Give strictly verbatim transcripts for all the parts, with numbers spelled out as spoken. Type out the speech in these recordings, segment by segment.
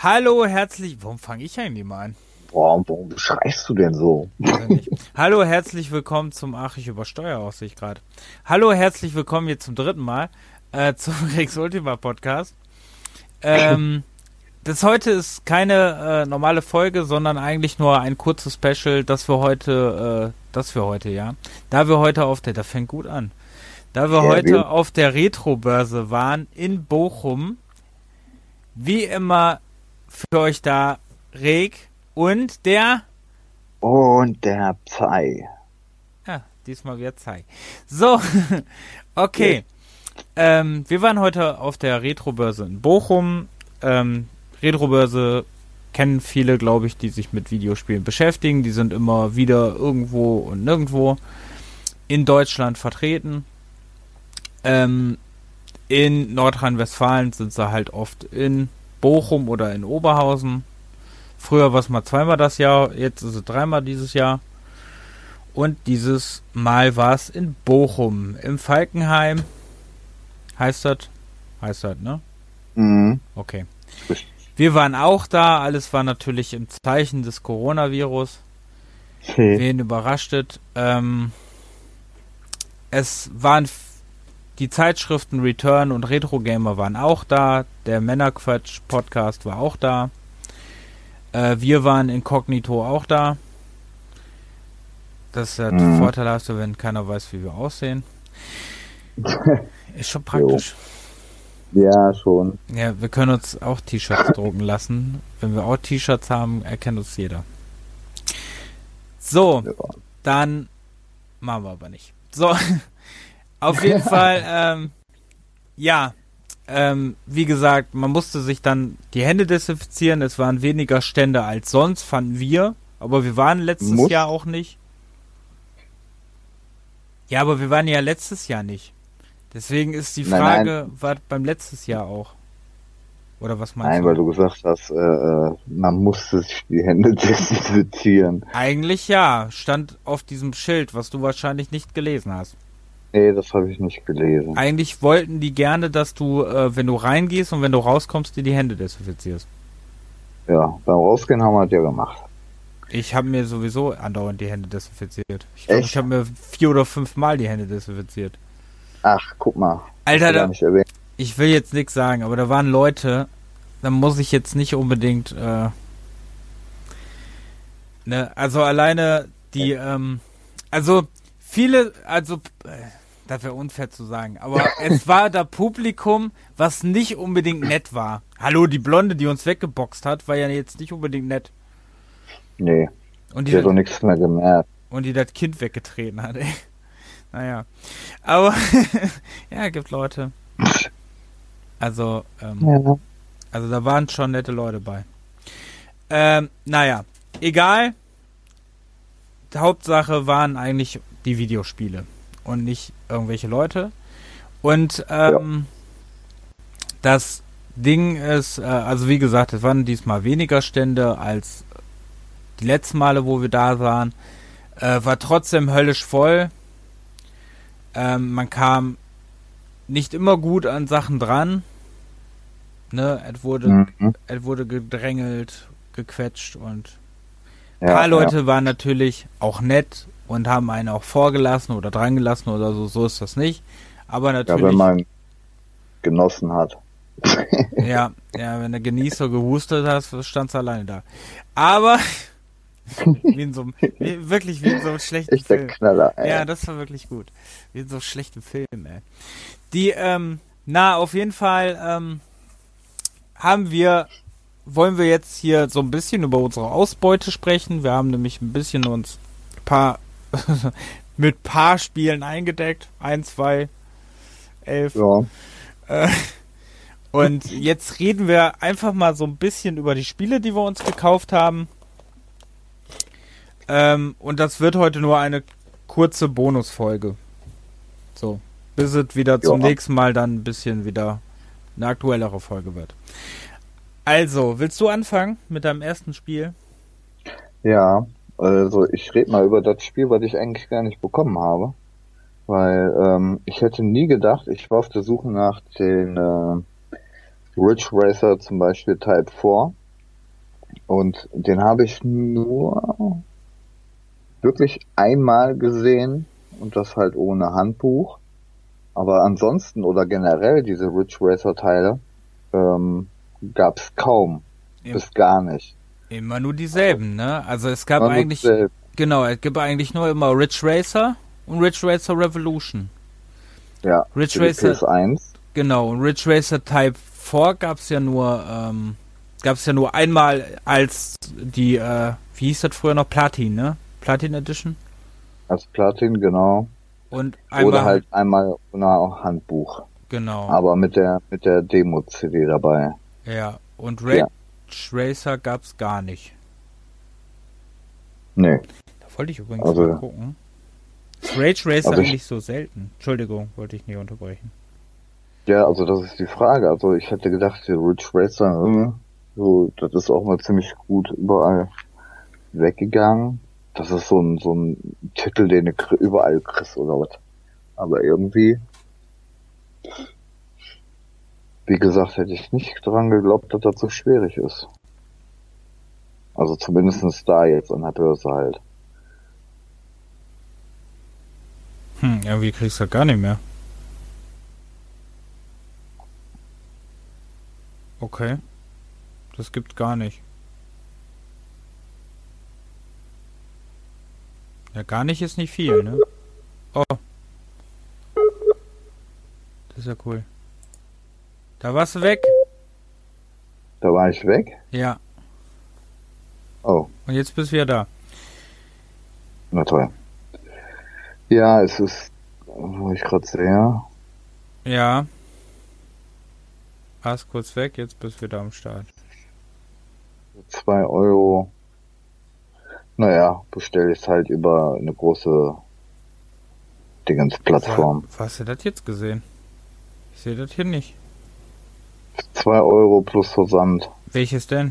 Hallo, herzlich... Warum fange ich eigentlich mal an? Boah, warum schreist du denn so? Hallo, herzlich willkommen zum... Ach, ich übersteuere auch, sehe ich gerade. Hallo, herzlich willkommen jetzt zum dritten Mal äh, zum Rex Ultima Podcast. Ähm, das heute ist keine äh, normale Folge, sondern eigentlich nur ein kurzes Special, das wir heute... Äh, das wir heute, ja. Da wir heute auf der... Das fängt gut an. Da wir ja, heute wir. auf der Retro-Börse waren in Bochum, wie immer für euch da Reg und der... Und der Zei. Ja, diesmal wieder Zei. So, okay. Ja. Ähm, wir waren heute auf der Retro-Börse in Bochum. Ähm, Retro-Börse kennen viele, glaube ich, die sich mit Videospielen beschäftigen. Die sind immer wieder irgendwo und nirgendwo in Deutschland vertreten. Ähm, in Nordrhein-Westfalen sind sie halt oft in Bochum oder in Oberhausen. Früher war es mal zweimal das Jahr, jetzt ist es dreimal dieses Jahr. Und dieses Mal war es in Bochum, im Falkenheim. Heißt das? Heißt das, ne? Mhm. Okay. Wir waren auch da, alles war natürlich im Zeichen des Coronavirus. Okay. Wen überraschtet. Ähm, es waren die Zeitschriften Return und Retro Gamer waren auch da. Der Männerquatsch-Podcast war auch da. Äh, wir waren inkognito auch da. Das ist ja mhm. vorteilhafte, wenn keiner weiß, wie wir aussehen. Ist schon praktisch. Jo. Ja, schon. Ja, wir können uns auch T-Shirts drucken lassen. Wenn wir auch T-Shirts haben, erkennt uns jeder. So, ja. Dann machen wir aber nicht. So, auf jeden Fall, ähm, ja, ähm, wie gesagt, man musste sich dann die Hände desinfizieren. Es waren weniger Stände als sonst, fanden wir. Aber wir waren letztes Muss. Jahr auch nicht. Ja, aber wir waren ja letztes Jahr nicht. Deswegen ist die Frage, nein, nein. war beim letztes Jahr auch? Oder was meinst nein, du? Nein, weil du gesagt hast, äh, man musste sich die Hände desinfizieren. Eigentlich ja, stand auf diesem Schild, was du wahrscheinlich nicht gelesen hast. Nee, das habe ich nicht gelesen. Eigentlich wollten die gerne, dass du, äh, wenn du reingehst und wenn du rauskommst, dir die Hände desinfizierst. Ja, beim Rausgehen haben wir das ja gemacht. Ich habe mir sowieso andauernd die Hände desinfiziert. Ich glaube, ich habe mir vier oder fünf Mal die Hände desinfiziert. Ach, guck mal. Alter, da, ich will jetzt nichts sagen, aber da waren Leute, da muss ich jetzt nicht unbedingt, äh, ne, also alleine die, ähm, also viele, also, äh, das wäre unfair zu sagen, aber es war da Publikum, was nicht unbedingt nett war. Hallo, die Blonde, die uns weggeboxt hat, war ja jetzt nicht unbedingt nett. Nee, und die, die hat doch nichts mehr gemerkt. Und die das Kind weggetreten hat, ey. Naja, aber, ja, gibt Leute. Also, ähm, ja. also da waren schon nette Leute bei. Ähm, naja, egal. Die Hauptsache waren eigentlich die Videospiele und nicht irgendwelche Leute. Und ähm, ja. das Ding ist, äh, also wie gesagt, es waren diesmal weniger Stände als die letzten Male, wo wir da waren. Äh, war trotzdem höllisch voll. Ähm, man kam nicht immer gut an Sachen dran. Ne, es wurde, mhm. es wurde gedrängelt, gequetscht und ein ja, paar Leute ja. waren natürlich auch nett und haben einen auch vorgelassen oder drangelassen oder so, so ist das nicht. Aber natürlich. Ja, wenn man genossen hat. ja, ja, wenn der Genießer gehustet hat, stand's alleine da. Aber wie in so einem, wie, wirklich wie in so einem schlechten Echt Film. Der Knaller, ey. Ja, das war wirklich gut. Wie in so einem schlechten Film, ey. Die, ähm, na, auf jeden Fall, ähm, haben wir, wollen wir jetzt hier so ein bisschen über unsere Ausbeute sprechen. Wir haben nämlich ein bisschen uns paar, mit paar Spielen eingedeckt. Ein, zwei, elf. Ja. Äh, und jetzt reden wir einfach mal so ein bisschen über die Spiele, die wir uns gekauft haben. Ähm, und das wird heute nur eine kurze Bonusfolge. So, bis es wieder zum ja. nächsten Mal dann ein bisschen wieder eine aktuellere Folge wird. Also, willst du anfangen mit deinem ersten Spiel? Ja, also ich rede mal über das Spiel, was ich eigentlich gar nicht bekommen habe. Weil ähm, ich hätte nie gedacht, ich war auf der Suche nach den äh, Ridge Racer zum Beispiel Type vier. Und den habe ich nur wirklich einmal gesehen und das halt ohne Handbuch. Aber ansonsten oder generell diese Ridge Racer Teile ähm, gab's kaum Im, bis gar nicht. immer nur Also dieselben, ne? Also es gab immer nur eigentlich, dasselbe. genau, es gibt eigentlich nur immer Ridge Racer und Ridge Racer Revolution. Ja, Ridge für die Racer, P S eins. genau, und Ridge Racer Type vier gab's ja nur, ähm, gab's ja nur einmal als die, äh, wie hieß das früher noch? Platin, ne? Platin Edition. Als Platin, genau. Und Oder einmal halt, halt einmal ohne Handbuch. genau, Aber mit der mit der Demo-C D dabei. ja. Und Ja, Ridge Racer gab's gar nicht. nee. Da wollte ich übrigens mal Also, gucken. Ist Rage Racer also ich, eigentlich so selten? Entschuldigung, wollte ich nicht unterbrechen. ja, also das ist die Frage. Also ich hätte gedacht, die Ridge Racer, äh, so, das ist auch mal ziemlich gut überall weggegangen. Das ist so ein, so ein Titel, den du kr- überall kriegst oder was. Aber irgendwie, wie gesagt, hätte ich nicht dran geglaubt, dass das so schwierig ist. Also zumindestens da jetzt an der Börse halt. Hm, irgendwie kriegst du das gar nicht mehr. Okay, das gibt's gar nicht. Ja, gar nicht ist nicht viel, ne? Oh, das ist ja cool. Da warst du weg. Da war ich weg. Ja, Oh, und jetzt bist du wieder da. na toll. Ja, es ist, wo ich gerade sehe, Ja, warst kurz weg, jetzt bist du wieder am Start. zwei Euro. Naja, bestelle ich halt über eine große Wo, Dingens-Plattform. wo hast du das jetzt gesehen? Ich sehe das hier nicht. Zwei Euro plus Versand. Welches denn?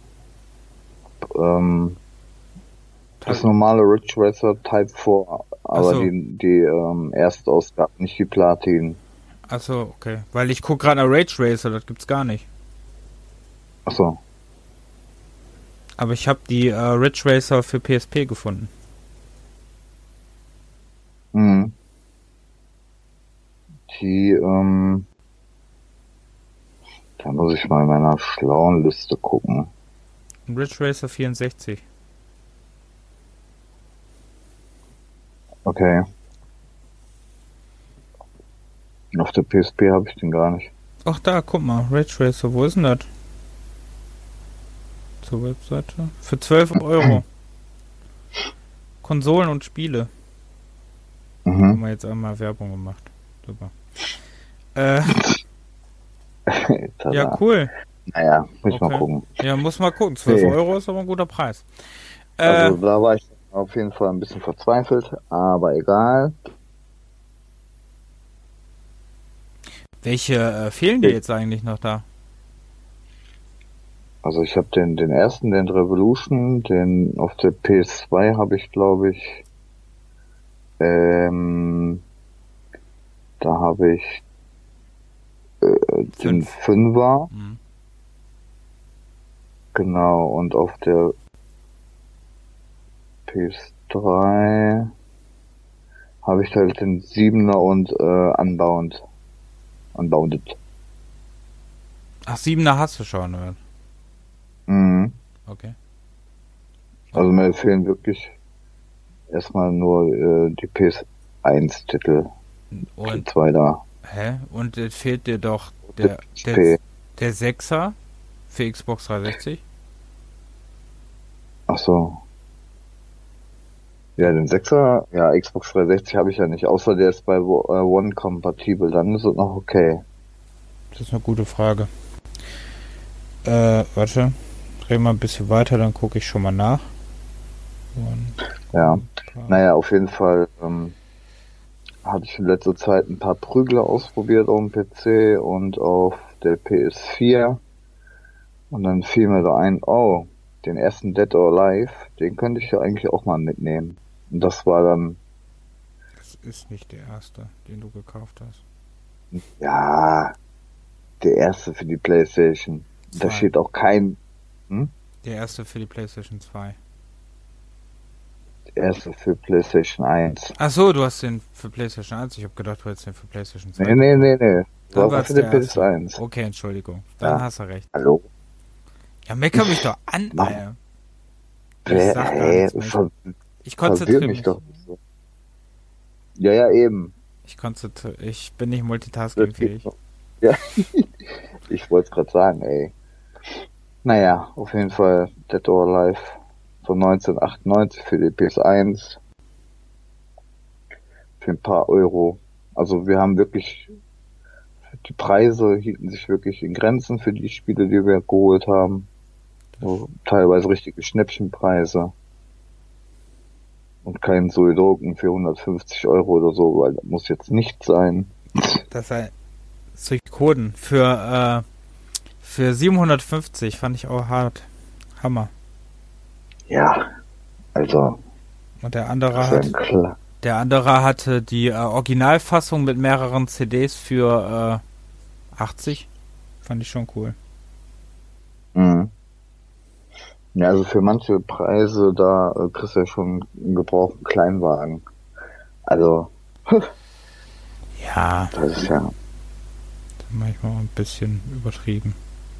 Ähm, das Type- normale Ridge Racer Type vier, aber Achso, die, die ähm, Erstausgabe, nicht die Platin. achso, okay. Weil ich guck gerade nach Rage Racer, das gibt's gar nicht. Achso. Aber ich habe die äh, Ridge Racer für P S P gefunden. Mhm. Die, ähm, da muss ich mal in meiner schlauen Liste gucken. Ridge Racer vierundsechzig. Okay. Auf der P S P habe ich den gar nicht. Ach da, guck mal, Ridge Racer, wo ist denn das? Zur Webseite. Für zwölf Euro. Konsolen und Spiele. Mhm. Haben wir jetzt einmal Werbung gemacht. Super. Äh, ja, Tada. cool. Naja, muss ich mal Okay. gucken. Ja, muss mal gucken. zwölf Nee. Euro ist aber ein guter Preis. Äh, Also da war ich auf jeden Fall ein bisschen verzweifelt, aber egal. welche äh, fehlen dir jetzt eigentlich noch da? Also ich habe den den ersten, den Revolution, den auf der P S zwei habe ich, glaube ich, ähm, da habe ich äh, den Fünf. Fünfer, Mhm. genau, und auf der P S drei habe ich halt den Siebener und äh, Unbound, Unbounded. Ach, siebener hast du schon, oder? Mhm. Okay. Also mir fehlen wirklich erstmal nur äh, die P S eins Titel, die Und, zwei da. hä? Und äh, fehlt dir doch Der der, P S der, P. der Sechser für Xbox dreihundertsechzig? Ach so. Ja, den Sechser, ja, Xbox dreihundertsechzig habe ich ja nicht, außer der ist bei Wo- äh, One kompatibel, dann ist es noch okay. Das ist eine gute Frage. Äh, warte. Dreh mal ein bisschen weiter, dann gucke ich schon mal nach. Und, Ja, naja, auf jeden Fall ähm, hatte ich in letzter Zeit ein paar Prügler ausprobiert auf dem P C und auf der P S vier und dann fiel mir da ein, oh, den ersten Dead or Alive, den könnte ich ja eigentlich auch mal mitnehmen. Und das war dann, das ist nicht der erste, den du gekauft hast. ja, der erste für die PlayStation. Da Zwei. steht auch kein, hm? Der erste für die PlayStation zwei. Der erste für PlayStation eins. Ach so, du hast den für PlayStation eins. Ich habe gedacht, du hättest den für PlayStation zwei. Nee, nee, nee, nee. Dann war war für der den P S eins. Okay, Entschuldigung. Dann ja. hast du recht. Hallo? Ja, mecker mich doch an, Alter. Ich äh, sag gar ey, nichts mehr. ver Ich konzentriere mich mich. doch nicht so. Ja, ja, eben. Ich konzentriere, ich bin nicht multitaskingfähig. Ja, ich wollte es gerade sagen, ey. Naja, auf jeden Fall Dead or Alive von neunzehnhundertachtundneunzig für die P S eins. Für ein paar Euro. Also wir haben wirklich, die Preise hielten sich wirklich in Grenzen für die Spiele, die wir geholt haben. So, teilweise richtige Schnäppchenpreise. Und kein Suidoken für hundertfünfzig Euro oder so, weil das muss jetzt nicht sein. Das sei Suikoden für, äh, für siebenhundertfünfzig fand ich auch hart. Hammer. Ja, also. Und der andere hat, klar. der andere hatte die äh, Originalfassung mit mehreren C Ds für äh, achtzig. Fand ich schon cool. Mhm. Ja, also für manche Preise, da äh, kriegst du ja schon einen gebrauchten Kleinwagen. Also. Ja. Das ist ja. Manchmal ein bisschen übertrieben.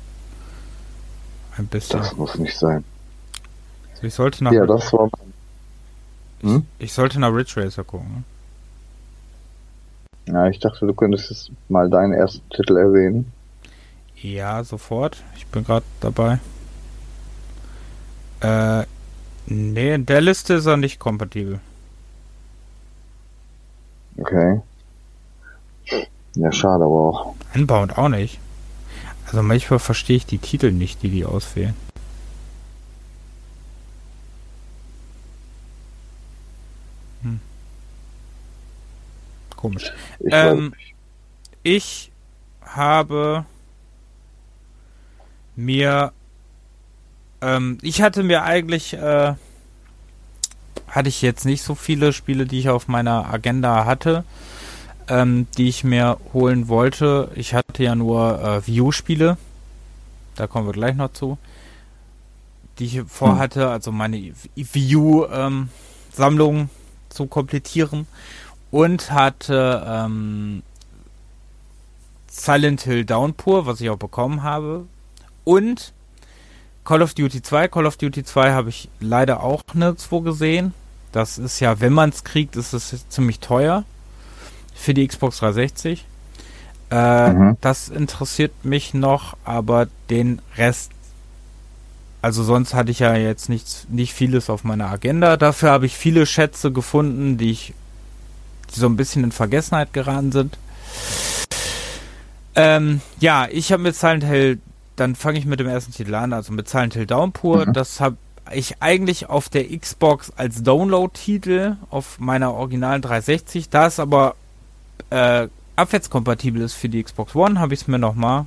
Ein bisschen. Das muss nicht sein. Also ich sollte nach. Ja, das war. Hm? Ich, ich sollte nach Ridge Racer gucken. Ne? Ja, ich dachte, du könntest jetzt mal deinen ersten Titel erwähnen. Ja, sofort. Ich bin gerade dabei. Äh, nee, in der Liste ist er nicht kompatibel. Okay. Ja, schade aber auch. Unbound auch nicht. Also manchmal verstehe ich die Titel nicht, die die auswählen. Hm. Komisch. Ich, ähm, ich habe mir ähm, ich hatte mir eigentlich äh, hatte ich jetzt nicht so viele Spiele, die ich auf meiner Agenda hatte, ähm, die ich mir holen wollte. Ich hatte ja nur äh, Wii U-Spiele, da kommen wir gleich noch zu, die ich vorhatte, also meine Wii U-Sammlung ähm, zu komplettieren, und hatte ähm, Silent Hill Downpour, was ich auch bekommen habe, und Call of Duty zwei. Call of Duty zwei habe ich leider auch nirgendwo gesehen. Das ist ja, wenn man es kriegt, ist es ziemlich teuer für die Xbox dreihundertsechzig. Äh, mhm. Das interessiert mich noch, aber den Rest, also sonst hatte ich ja jetzt nichts, nicht vieles auf meiner Agenda. Dafür habe ich viele Schätze gefunden, die ich, die so ein bisschen in Vergessenheit geraten sind. Ähm, ja, ich habe mit Silent Hill, dann fange ich mit dem ersten Titel an, also mit Silent Hill Downpour. Mhm. Das habe ich eigentlich auf der Xbox als Download-Titel auf meiner originalen dreihundertsechzig. Da es aber äh, abwärtskompatibel ist für die Xbox One, habe ich es mir nochmal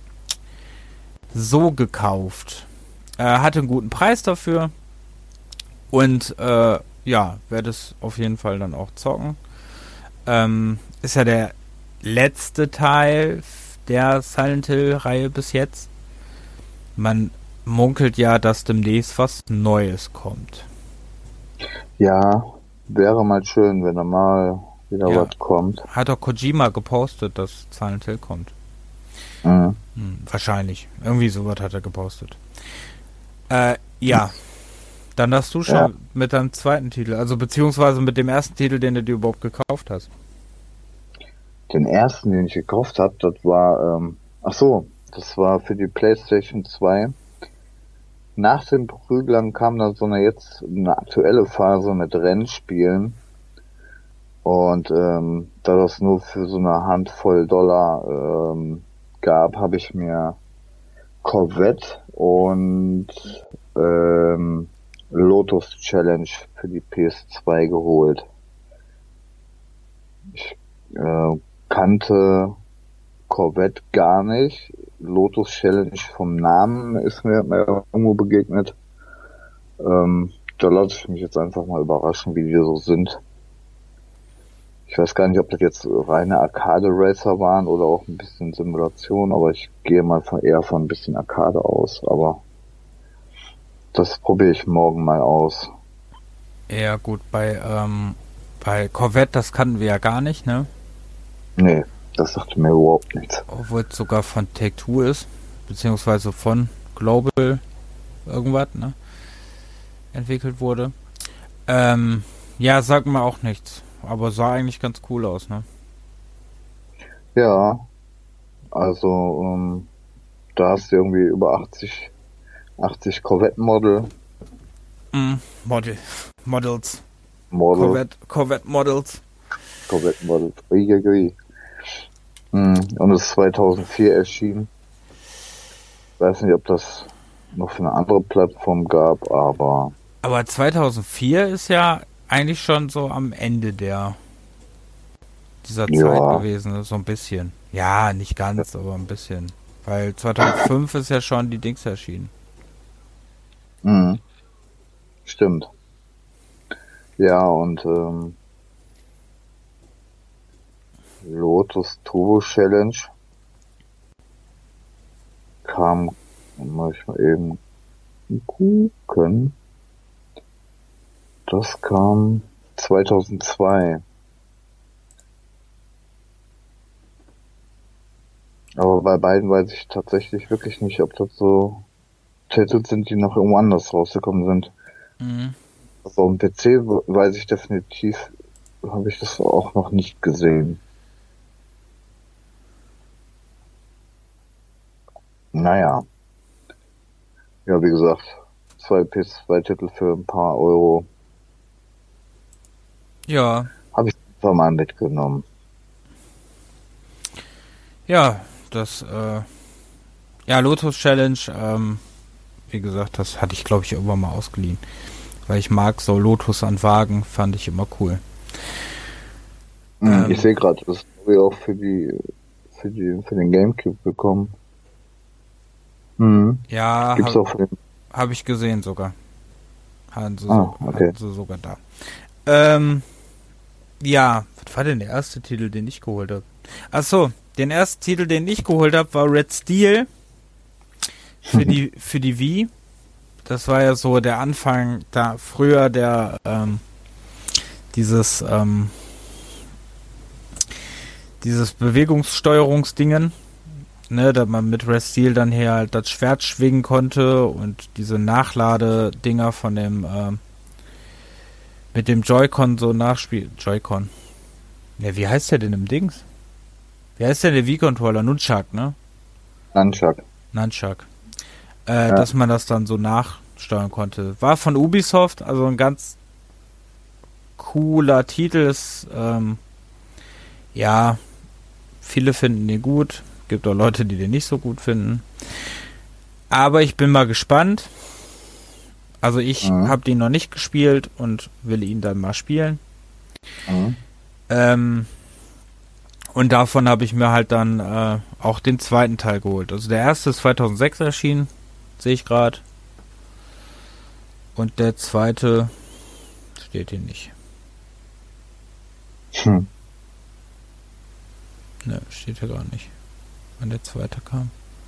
so gekauft. Äh, hatte einen guten Preis dafür und äh, ja, werde es auf jeden Fall dann auch zocken. Ähm, ist ja der letzte Teil der Silent Hill-Reihe bis jetzt. Man munkelt ja, dass demnächst was Neues kommt. Ja, wäre mal schön, wenn da mal wieder ja. was kommt. Hat doch Kojima gepostet, dass Silent Hill kommt. Mhm. Hm, wahrscheinlich. Irgendwie sowas hat er gepostet. Äh, ja. Dann hast du schon ja. mit deinem zweiten Titel, also beziehungsweise mit dem ersten Titel, den du dir überhaupt gekauft hast. Den ersten, den ich gekauft habe, das war, ähm, ach so, das war für die PlayStation zwei. Nach den Prüglern kam dann so eine jetzt eine aktuelle Phase mit Rennspielen. Und ähm, da das nur für so eine Handvoll Dollar ähm, gab, habe ich mir Corvette und ähm, Lotus Challenge für die P S zwei geholt. Ich äh, kannte Corvette gar nicht. Lotus Challenge vom Namen ist mir irgendwo begegnet. Ähm, da lasse ich mich jetzt einfach mal überraschen, wie die so sind. Ich weiß gar nicht, ob das jetzt reine Arcade-Racer waren oder auch ein bisschen Simulation, aber ich gehe mal von, eher von ein bisschen Arcade aus. Aber das probiere ich morgen mal aus. Ja gut, bei, ähm, bei Corvette, das kannten wir ja gar nicht, ne? Nee, das sagte mir überhaupt nichts. Obwohl es sogar von Take-Two ist, beziehungsweise von Global irgendwas, ne? Entwickelt wurde. Ähm, ja, sagt mir auch nichts, aber sah eigentlich ganz cool aus, ne? Ja, also ähm, da hast du irgendwie über achtzig, achtzig Corvette-Model. Mm, Model. Models. Model. Corvette, Corvette Models. Corvette-Model. Uiuiui. Mm, und es ist zweitausendvier erschienen. Ich weiß nicht, ob das noch für eine andere Plattform gab, aber... Aber zweitausendvier ist ja eigentlich schon so am Ende der dieser Ja. Zeit gewesen, so ein bisschen. Ja, nicht ganz, aber ein bisschen. Weil zweitausendfünf ist ja schon die Dings erschienen. Mhm. Stimmt. Ja, und ähm, Lotus Turbo Challenge kam, muss ich mal eben gucken, das kam zweitausendzwei. Aber bei beiden weiß ich tatsächlich wirklich nicht, ob das so Titel sind, die noch irgendwo anders rausgekommen sind. Mhm. Also am P C weiß ich definitiv, habe ich das auch noch nicht gesehen. Naja. Ja, wie gesagt, zwei P S zwei Titel für ein paar Euro. Ja. Habe ich einfach mal mitgenommen. Ja, das, äh, ja, Lotus Challenge, ähm, wie gesagt, das hatte ich, glaube ich, irgendwann mal ausgeliehen. Weil ich mag so Lotus an Wagen, fand ich immer cool. Ähm, ich sehe gerade, das habe ich auch für die, für die, für den Gamecube bekommen. Mhm. Ja, Gibt's auch für den... habe ich gesehen sogar. Hatten sie, ah, so, okay. hatten sie sogar da. Ähm, ja, was war denn der erste Titel, den ich geholt habe? Ach so, den ersten Titel, den ich geholt habe, war Red Steel für die für die Wii. Das war ja so der Anfang, da früher der ähm, dieses ähm, dieses Bewegungssteuerungsdingen, ne, da man mit Red Steel dann hier halt das Schwert schwingen konnte und diese Nachladedinger von dem ähm, mit dem Joy-Con so nachspielen. Joy-Con. Ja, wie heißt der denn im Dings? Wie heißt der der Wii-Controller? Nunchuck, ne? Nunchuck. Nunchuck. Äh, Ja. Dass man das dann so nachsteuern konnte. War von Ubisoft, also ein ganz cooler Titel. Ist, ähm, ja, viele finden den gut. Gibt auch Leute, die den nicht so gut finden. Aber ich bin mal gespannt. Also ich Mhm. habe den noch nicht gespielt und will ihn dann mal spielen. Mhm. Ähm, und davon habe ich mir halt dann äh, auch den zweiten Teil geholt. Also der erste ist zweitausendsechs erschienen, sehe ich gerade. Und der zweite steht hier nicht. Hm. Ne, steht hier gar nicht. Wann der zweite kam.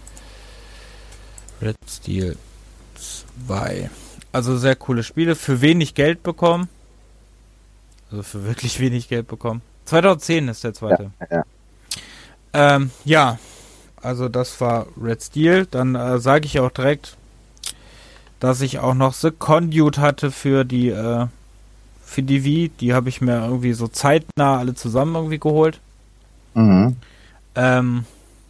Red Steel zwei. Also sehr coole Spiele. Für wenig Geld bekommen. Also für wirklich wenig Geld bekommen. zweitausendzehn ist der zweite. Ja, ja. Ähm, ja. Also das war Red Steel. Dann äh, sage ich auch direkt, dass ich auch noch The Conduit hatte für die äh, für die Wii. Die habe ich mir irgendwie so zeitnah alle zusammen irgendwie geholt. Mhm. Ähm,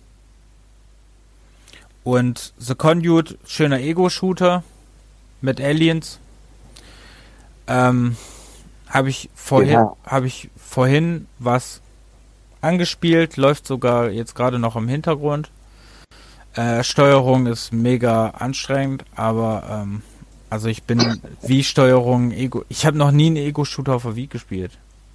und The Conduit, schöner Ego-Shooter mit Aliens. Ähm, habe ich vorhin, Ja. habe ich vorhin was angespielt, läuft sogar jetzt gerade noch im Hintergrund. Äh, Steuerung ist mega anstrengend, aber ähm, also ich bin Wii-Steuerung, Ego. Ich habe noch nie einen Ego-Shooter auf der Wii gespielt.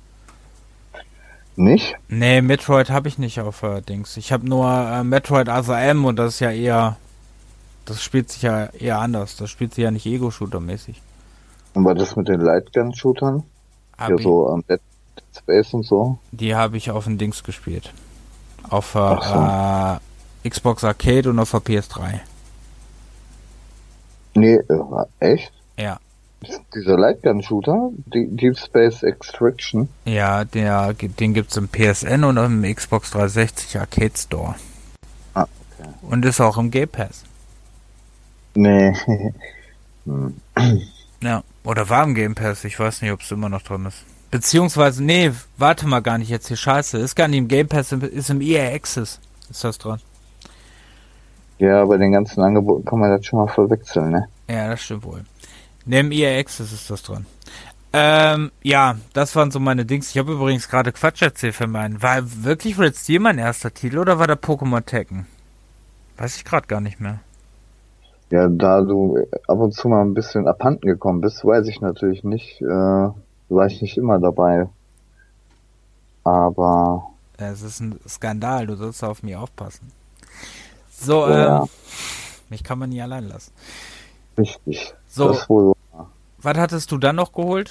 Nicht? Nee, Metroid habe ich nicht auf der Dings. Ich habe nur äh, Metroid Other M und das ist ja eher, das spielt sich ja eher anders. Das spielt sich ja nicht Ego-Shooter-mäßig. Und war das mit den Lightgun-Shootern? Hab Ja, ich- so am Dead Space und so? Die habe ich auf den Dings gespielt. Auf Ach der äh, Xbox Arcade und auf der P S drei. Nee, äh, echt? Ja. Dieser Lightgun-Shooter, die Deep Space Extraction. Ja, der, den gibt's im P S N und im Xbox dreihundertsechzig Arcade Store. Ah, okay. Und ist auch im Game Pass. Nee. hm. Ja, oder war im Game Pass, ich weiß nicht, ob es immer noch drin ist. Beziehungsweise, nee, warte mal gar nicht jetzt hier, scheiße. Ist gar nicht im Game Pass, ist im E A Access. Ist das dran? Ja, bei den ganzen Angeboten kann man das schon mal verwechseln, ne? Ja, das stimmt wohl. Ne, im E A Access ist das dran. Ähm, ja, das waren so meine Dings. Ich habe übrigens gerade Quatsch erzählt für meinen. War wirklich Red Steel mein erster Titel oder war der Pokémon Tekken? Weiß ich gerade gar nicht mehr. Ja, da du ab und zu mal ein bisschen abhanden gekommen bist, weiß ich natürlich nicht, äh, war ich nicht immer dabei. Aber... Es ist ein Skandal, du sollst auf mich aufpassen. So, ja, ähm, mich kann man nie allein lassen. richtig. So, das wohl. Was hattest du dann noch geholt?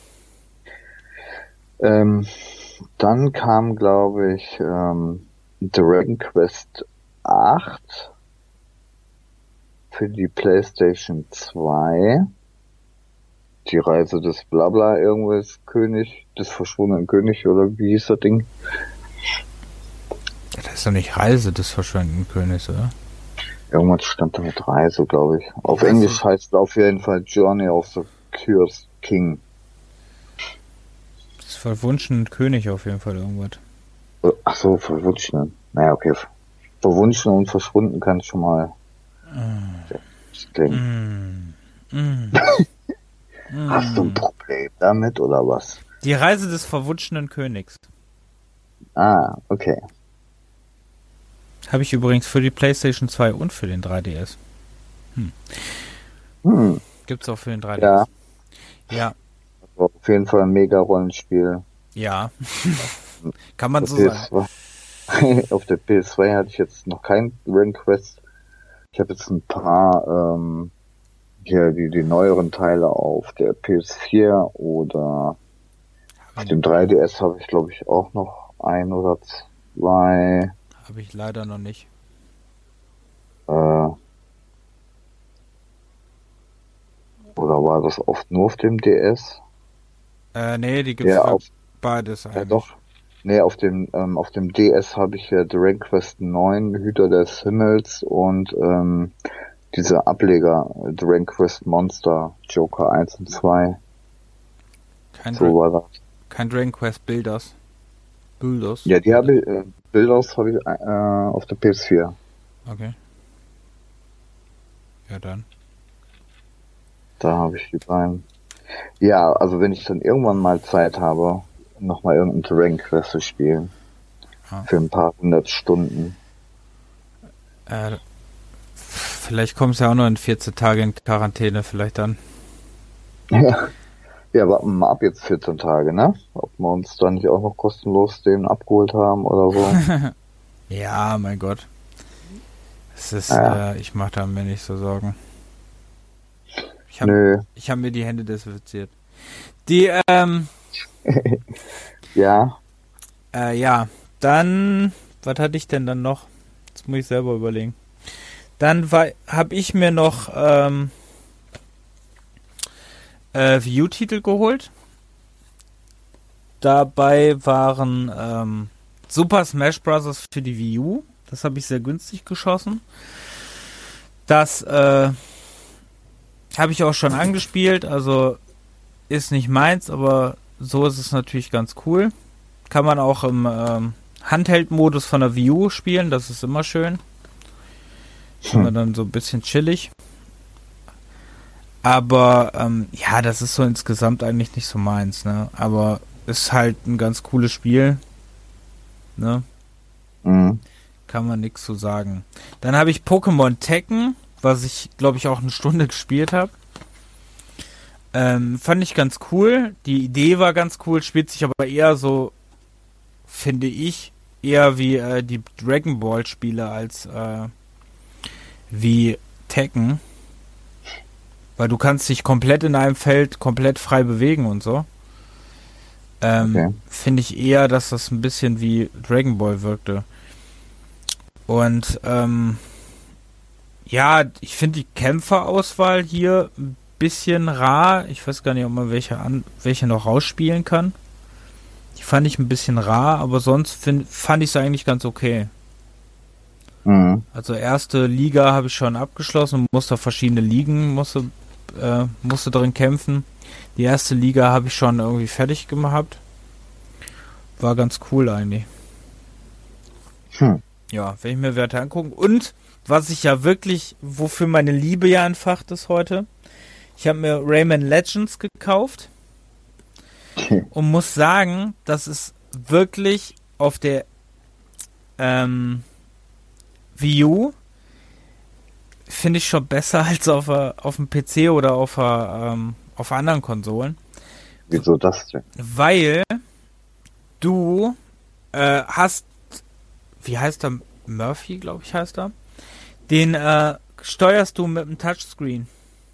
Ähm, dann kam, glaube ich, ähm, Dragon Quest acht für die PlayStation zwei. Die Reise des Blabla, irgendwas König, des verschwundenen König, oder wie hieß das Ding? Das ist doch nicht Reise des verschwundenen Königs, oder? Irgendwas stand da mit Reise, glaube ich. Auf Ja, Englisch so. heißt es auf jeden Fall Journey of the Cursed King. Das verwunschene König auf jeden Fall irgendwas. Ach so, verwunschen. Naja, okay. Verwunschen und verschwunden kann schon mal mm. klingen. Mm. Mm. Hast du ein Problem damit, oder was? Die Reise des verwunschenen Königs. Ah, okay. Habe ich übrigens für die PlayStation zwei und für den drei D S. Hm. Hm. Gibt's auch für den drei D S. Ja. Ja. Also auf jeden Fall ein mega Rollenspiel. Ja. Kann man auf so P S zwei, sagen. Auf der P S zwei hatte ich jetzt noch kein Dragon Quest. Ich habe jetzt ein paar ähm, hier die, die neueren Teile auf der P S vier oder auf dem drei D S habe ich, glaube ich, auch noch ein oder zwei. Habe ich leider noch nicht. Äh, oder war das oft nur auf dem D S? Äh, nee, die gibt's ja, für auf, beides eigentlich. Ja, doch. Nee, auf dem, ähm, auf dem D S habe ich ja Dragon Quest neun, Hüter des Himmels und ähm, diese Ableger, Dragon Quest Monster, Joker eins und zwei. Kein, so Dra war das. Kein Dragon Quest Builders. Builders? Ja, die habe ich, äh, Builders habe ich äh, auf der P S vier. Okay. Ja, dann. Da habe ich die beiden. Ja, also wenn ich dann irgendwann mal Zeit habe, nochmal irgendein Dragon Quest zu spielen. Ah. Für ein paar hundert Stunden. Äh, vielleicht kommst du ja auch noch in vierzehn Tage in Quarantäne, vielleicht dann. Ja. Ja, warten mal ab jetzt vierzehn Tage, ne? Ob wir uns dann nicht auch noch kostenlos den abgeholt haben oder so. Ja, mein Gott. Es ist, ja. äh, ich mach da mir nicht so Sorgen. Ich hab, Nö. Ich habe mir die Hände desinfiziert. Die, ähm... ja. Äh, ja, dann... Was hatte ich denn dann noch? Das muss ich selber überlegen. Dann war, habe ich mir noch, ähm... Äh, Wii U-Titel geholt. Dabei waren, ähm... Super Smash Bros. Für die Wii U. Das habe ich sehr günstig geschossen. Das, äh... habe ich auch schon angespielt, also ist nicht meins, aber so ist es natürlich ganz cool. Kann man auch im ähm, Handheld-Modus von der Wii U spielen, das ist immer schön. Ist hm. immer dann so ein bisschen chillig. Aber ähm, ja, das ist so insgesamt eigentlich nicht so meins, ne? Aber ist halt ein ganz cooles Spiel, ne? Mhm. Kann man nichts zu sagen. Dann habe ich Pokémon Tekken, was ich, glaube ich, auch eine Stunde gespielt habe. Ähm, fand ich ganz cool. Die Idee war ganz cool, spielt sich aber eher so, finde ich, eher wie äh, die Dragon Ball Spiele als äh, wie Tekken. Weil du kannst dich komplett in einem Feld komplett frei bewegen und so. Ähm, okay. Finde ich eher, dass das ein bisschen wie Dragon Ball wirkte. Und ähm, Ja, ich finde die Kämpferauswahl hier ein bisschen rar. Ich weiß gar nicht, ob man welche, an, welche noch rausspielen kann. Die fand ich ein bisschen rar, aber sonst find, fand ich es eigentlich ganz okay. Mhm. Also erste Liga habe ich schon abgeschlossen, musste verschiedene Ligen, musste, äh, musste drin kämpfen. Die erste Liga habe ich schon irgendwie fertig gemacht. War ganz cool eigentlich. Hm. Ja, wenn ich mir Werte angucken. Und was ich ja wirklich, wofür meine Liebe ja entfacht ist heute, ich habe mir Rayman Legends gekauft und muss sagen, das ist wirklich auf der ähm, Wii U finde ich schon besser als auf, auf dem P C oder auf, ähm, auf anderen Konsolen. Wieso das denn? Weil du äh, hast, wie heißt er? Murphy, glaube ich, heißt er. Den äh, steuerst du mit dem Touchscreen.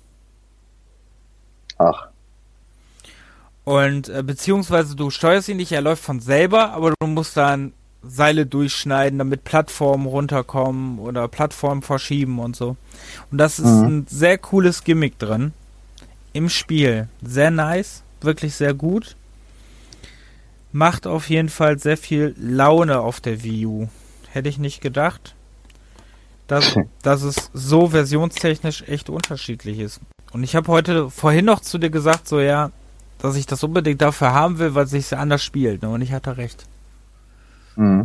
Ach. Und äh, beziehungsweise du steuerst ihn nicht, er läuft von selber, aber du musst dann Seile durchschneiden, damit Plattformen runterkommen oder Plattformen verschieben und so. Und das ist mhm. ein sehr cooles Gimmick drin im Spiel. Sehr nice, wirklich sehr gut. Macht auf jeden Fall sehr viel Laune auf der Wii U. Hätte ich nicht gedacht, dass, dass es so versionstechnisch echt unterschiedlich ist. Und ich habe heute vorhin noch zu dir gesagt, so ja, dass ich das unbedingt dafür haben will, weil es sich anders spielt. Ne? Und ich hatte recht. Mhm.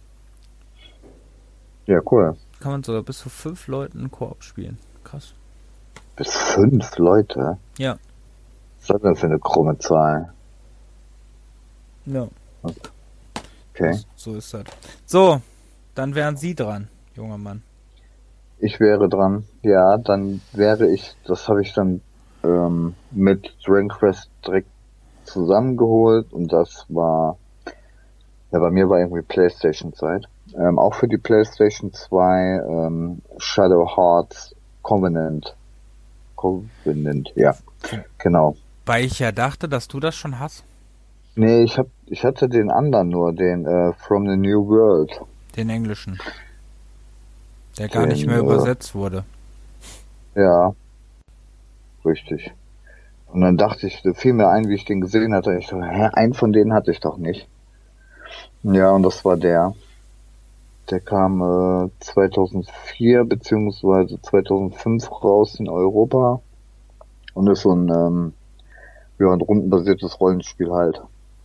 Ja, cool. Kann man sogar bis zu fünf Leuten einen Koop spielen. Krass. Bis fünf Leute? Ja. Was ist das denn für eine krumme Zahl? Ja. Okay. So, so ist das. So, dann wären Sie dran, junger Mann. Ich wäre dran. Ja, dann wäre ich, das habe ich dann ähm, mit Dragon Quest direkt zusammengeholt und das war, ja, bei mir war irgendwie PlayStation-Zeit. Ähm, auch für die PlayStation zwei ähm, Shadow Hearts Covenant. Covenant, ja, genau. Weil ich ja dachte, dass du das schon hast. Nee, ich hab, ich hatte den anderen nur, den äh, From the New World. Den englischen. Der gar den, nicht mehr äh, übersetzt wurde. Ja, richtig. Und dann dachte ich, fiel mir ein, wie ich den gesehen hatte. Ich dachte, hä, einen von denen hatte ich doch nicht. Ja, und das war der. Der kam äh, zweitausendvier beziehungsweise zweitausendfünf raus in Europa. Und ist so ein, ähm, ja, ein rundenbasiertes Rollenspiel halt.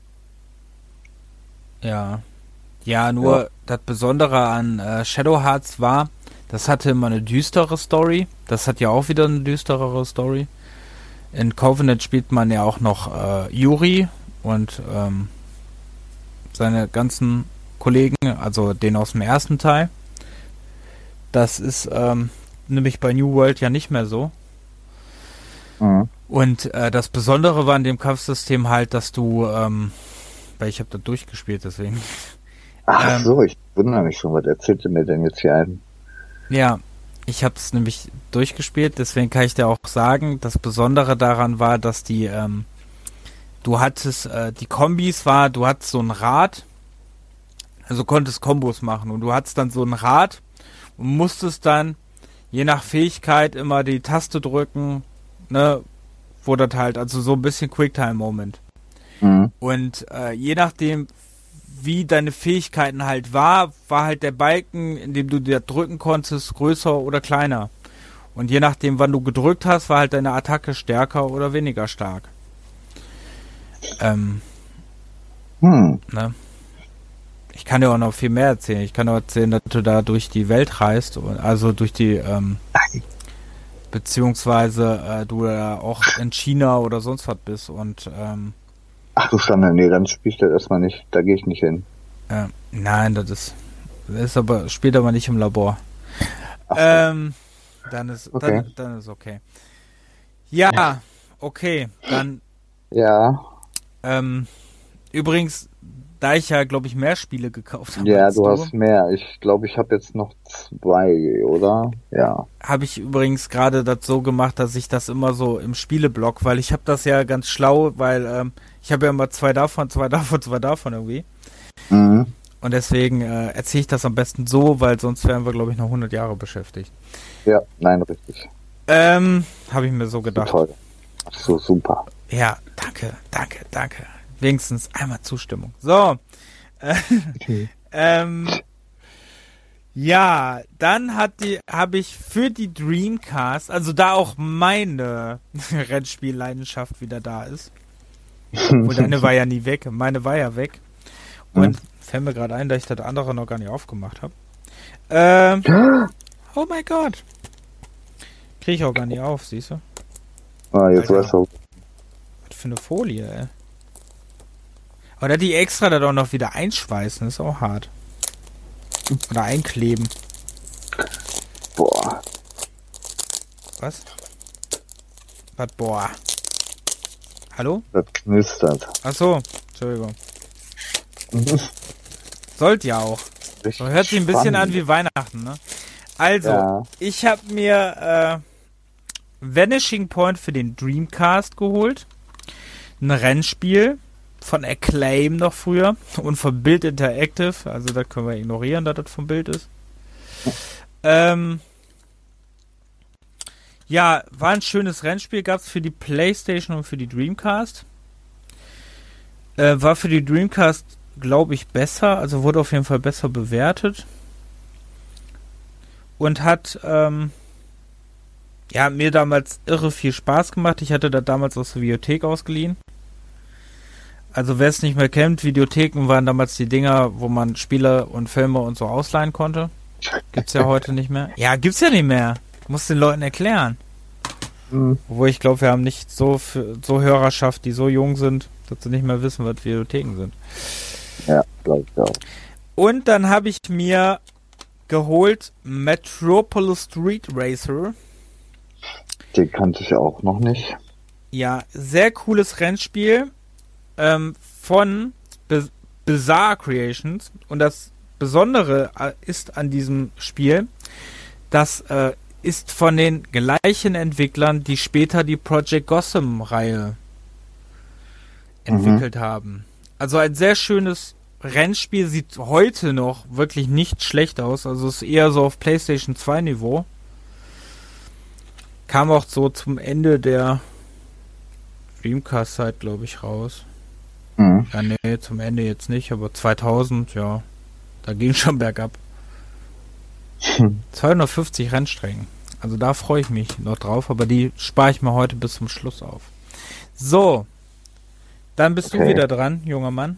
Ja. Ja, nur Ja. das Besondere an äh, Shadow Hearts war, das hatte immer eine düstere Story. Das hat ja auch wieder eine düsterere Story. In Covenant spielt man ja auch noch äh, Yuri und ähm, seine ganzen Kollegen, also den aus dem ersten Teil. Das ist ähm, nämlich bei New World ja nicht mehr so. Mhm. Und äh, das Besondere war in dem Kampfsystem halt, dass du, ähm, weil ich habe da durchgespielt, deswegen. Ach Ähm, so, ich wundere mich schon, was erzählt ihr mir denn jetzt hier ein? Ja, ich habe es nämlich durchgespielt, deswegen kann ich dir auch sagen, das Besondere daran war, dass die, ähm, du hattest, äh, die Kombis war, du hattest so ein Rad, also konntest Kombos machen und du hattest dann so ein Rad und musstest dann, je nach Fähigkeit, immer die Taste drücken, ne, wo das halt, also so ein bisschen Quicktime-Moment. Mhm. Und äh, je nachdem, wie deine Fähigkeiten halt war, war halt der Balken, in dem du dir drücken konntest, größer oder kleiner. Und je nachdem, wann du gedrückt hast, war halt deine Attacke stärker oder weniger stark. Ähm, Hm. ne? Ich kann dir auch noch viel mehr erzählen. Ich kann dir erzählen, dass du da durch die Welt reist, also durch die, ähm, beziehungsweise äh, du da auch in China oder sonst was bist und ähm, Ach du Schande, nee, dann spiel ich das erstmal nicht, da gehe ich nicht hin. Äh, nein, das ist, das ist aber, spielt aber nicht im Labor. Ach so. Ähm, dann ist, Okay. dann, dann ist okay. Ja, okay, dann, Ja, ähm, übrigens, da ich ja, glaube ich, mehr Spiele gekauft habe ja, als du du, hast mehr. Ich glaube, ich habe jetzt noch zwei, oder? Ja. habe ich übrigens gerade das so gemacht, dass ich das immer so im Spieleblock, weil ich habe das ja ganz schlau, weil ähm, ich habe ja immer zwei davon, zwei davon, zwei davon irgendwie. Mhm. Und deswegen äh, erzähle ich das am besten so, weil sonst wären wir, glaube ich, noch hundert Jahre beschäftigt. Ja, nein, richtig. Ähm, habe ich mir so gedacht. So toll. Ach so, super. Ja, danke, danke, danke. Wenigstens einmal Zustimmung. So. Äh, Okay. ähm, ja, dann hat die, habe ich für die Dreamcast, also da auch meine Rennspielleidenschaft wieder da ist. Und deine war ja nie weg, meine war ja weg. Und hm. fällt mir gerade ein, dass ich das andere noch gar nicht aufgemacht habe. Ähm, oh mein Gott. Kriege ich auch gar nicht auf, siehst du? Ah, jetzt weißt du. Was für eine Folie, ey. Oder die extra da doch noch wieder einschweißen, ist auch hart. Oder einkleben. Boah. Was? Was, boah? Hallo? Das knistert. Ach so, Entschuldigung. Sollte ja auch. Richtig so hört sich ein bisschen spannend. an wie Weihnachten, ne? Also, ja. ich habe mir äh, Vanishing Point für den Dreamcast geholt. Ein Rennspiel von Acclaim noch früher und von Bild Interactive. Also da können wir ignorieren, dass das vom Bild ist. Ähm, ja, war ein schönes Rennspiel. Gab es für die PlayStation und für die Dreamcast. Äh, war für die Dreamcast, glaube ich, besser. Also wurde auf jeden Fall besser bewertet. Und hat ähm, ja, mir damals irre viel Spaß gemacht. Ich hatte da damals aus der Videothek ausgeliehen. Also wer es nicht mehr kennt, Videotheken waren damals die Dinger, wo man Spiele und Filme und so ausleihen konnte. Gibt's ja heute nicht mehr. Ja, gibt's ja nicht mehr. Muss den Leuten erklären. Mhm. Obwohl ich glaube, wir haben nicht so für, so Hörerschaft, die so jung sind, dass sie nicht mehr wissen, was Videotheken sind. Ja, glaube ich auch. Und dann habe ich mir geholt Metropolis Street Racer. Den kannte ich auch noch nicht. Ja, sehr cooles Rennspiel. Ähm, von Be- Bizarre Creations. Und das Besondere äh, ist an diesem Spiel, das äh, ist von den gleichen Entwicklern, die später die Project Gotham-Reihe entwickelt mhm. haben. Also ein sehr schönes Rennspiel, sieht heute noch wirklich nicht schlecht aus. Also ist eher so auf PlayStation zwei Niveau. Kam auch so zum Ende der Dreamcast-Zeit, glaube ich, raus. Mhm. Ja, nee, zum Ende jetzt nicht, aber zweitausend, ja, da ging schon bergab. Hm. zweihundertfünfzig Rennstrecken. Also da freue ich mich noch drauf, aber die spare ich mir heute bis zum Schluss auf. So, dann bist okay. du wieder dran, junger Mann.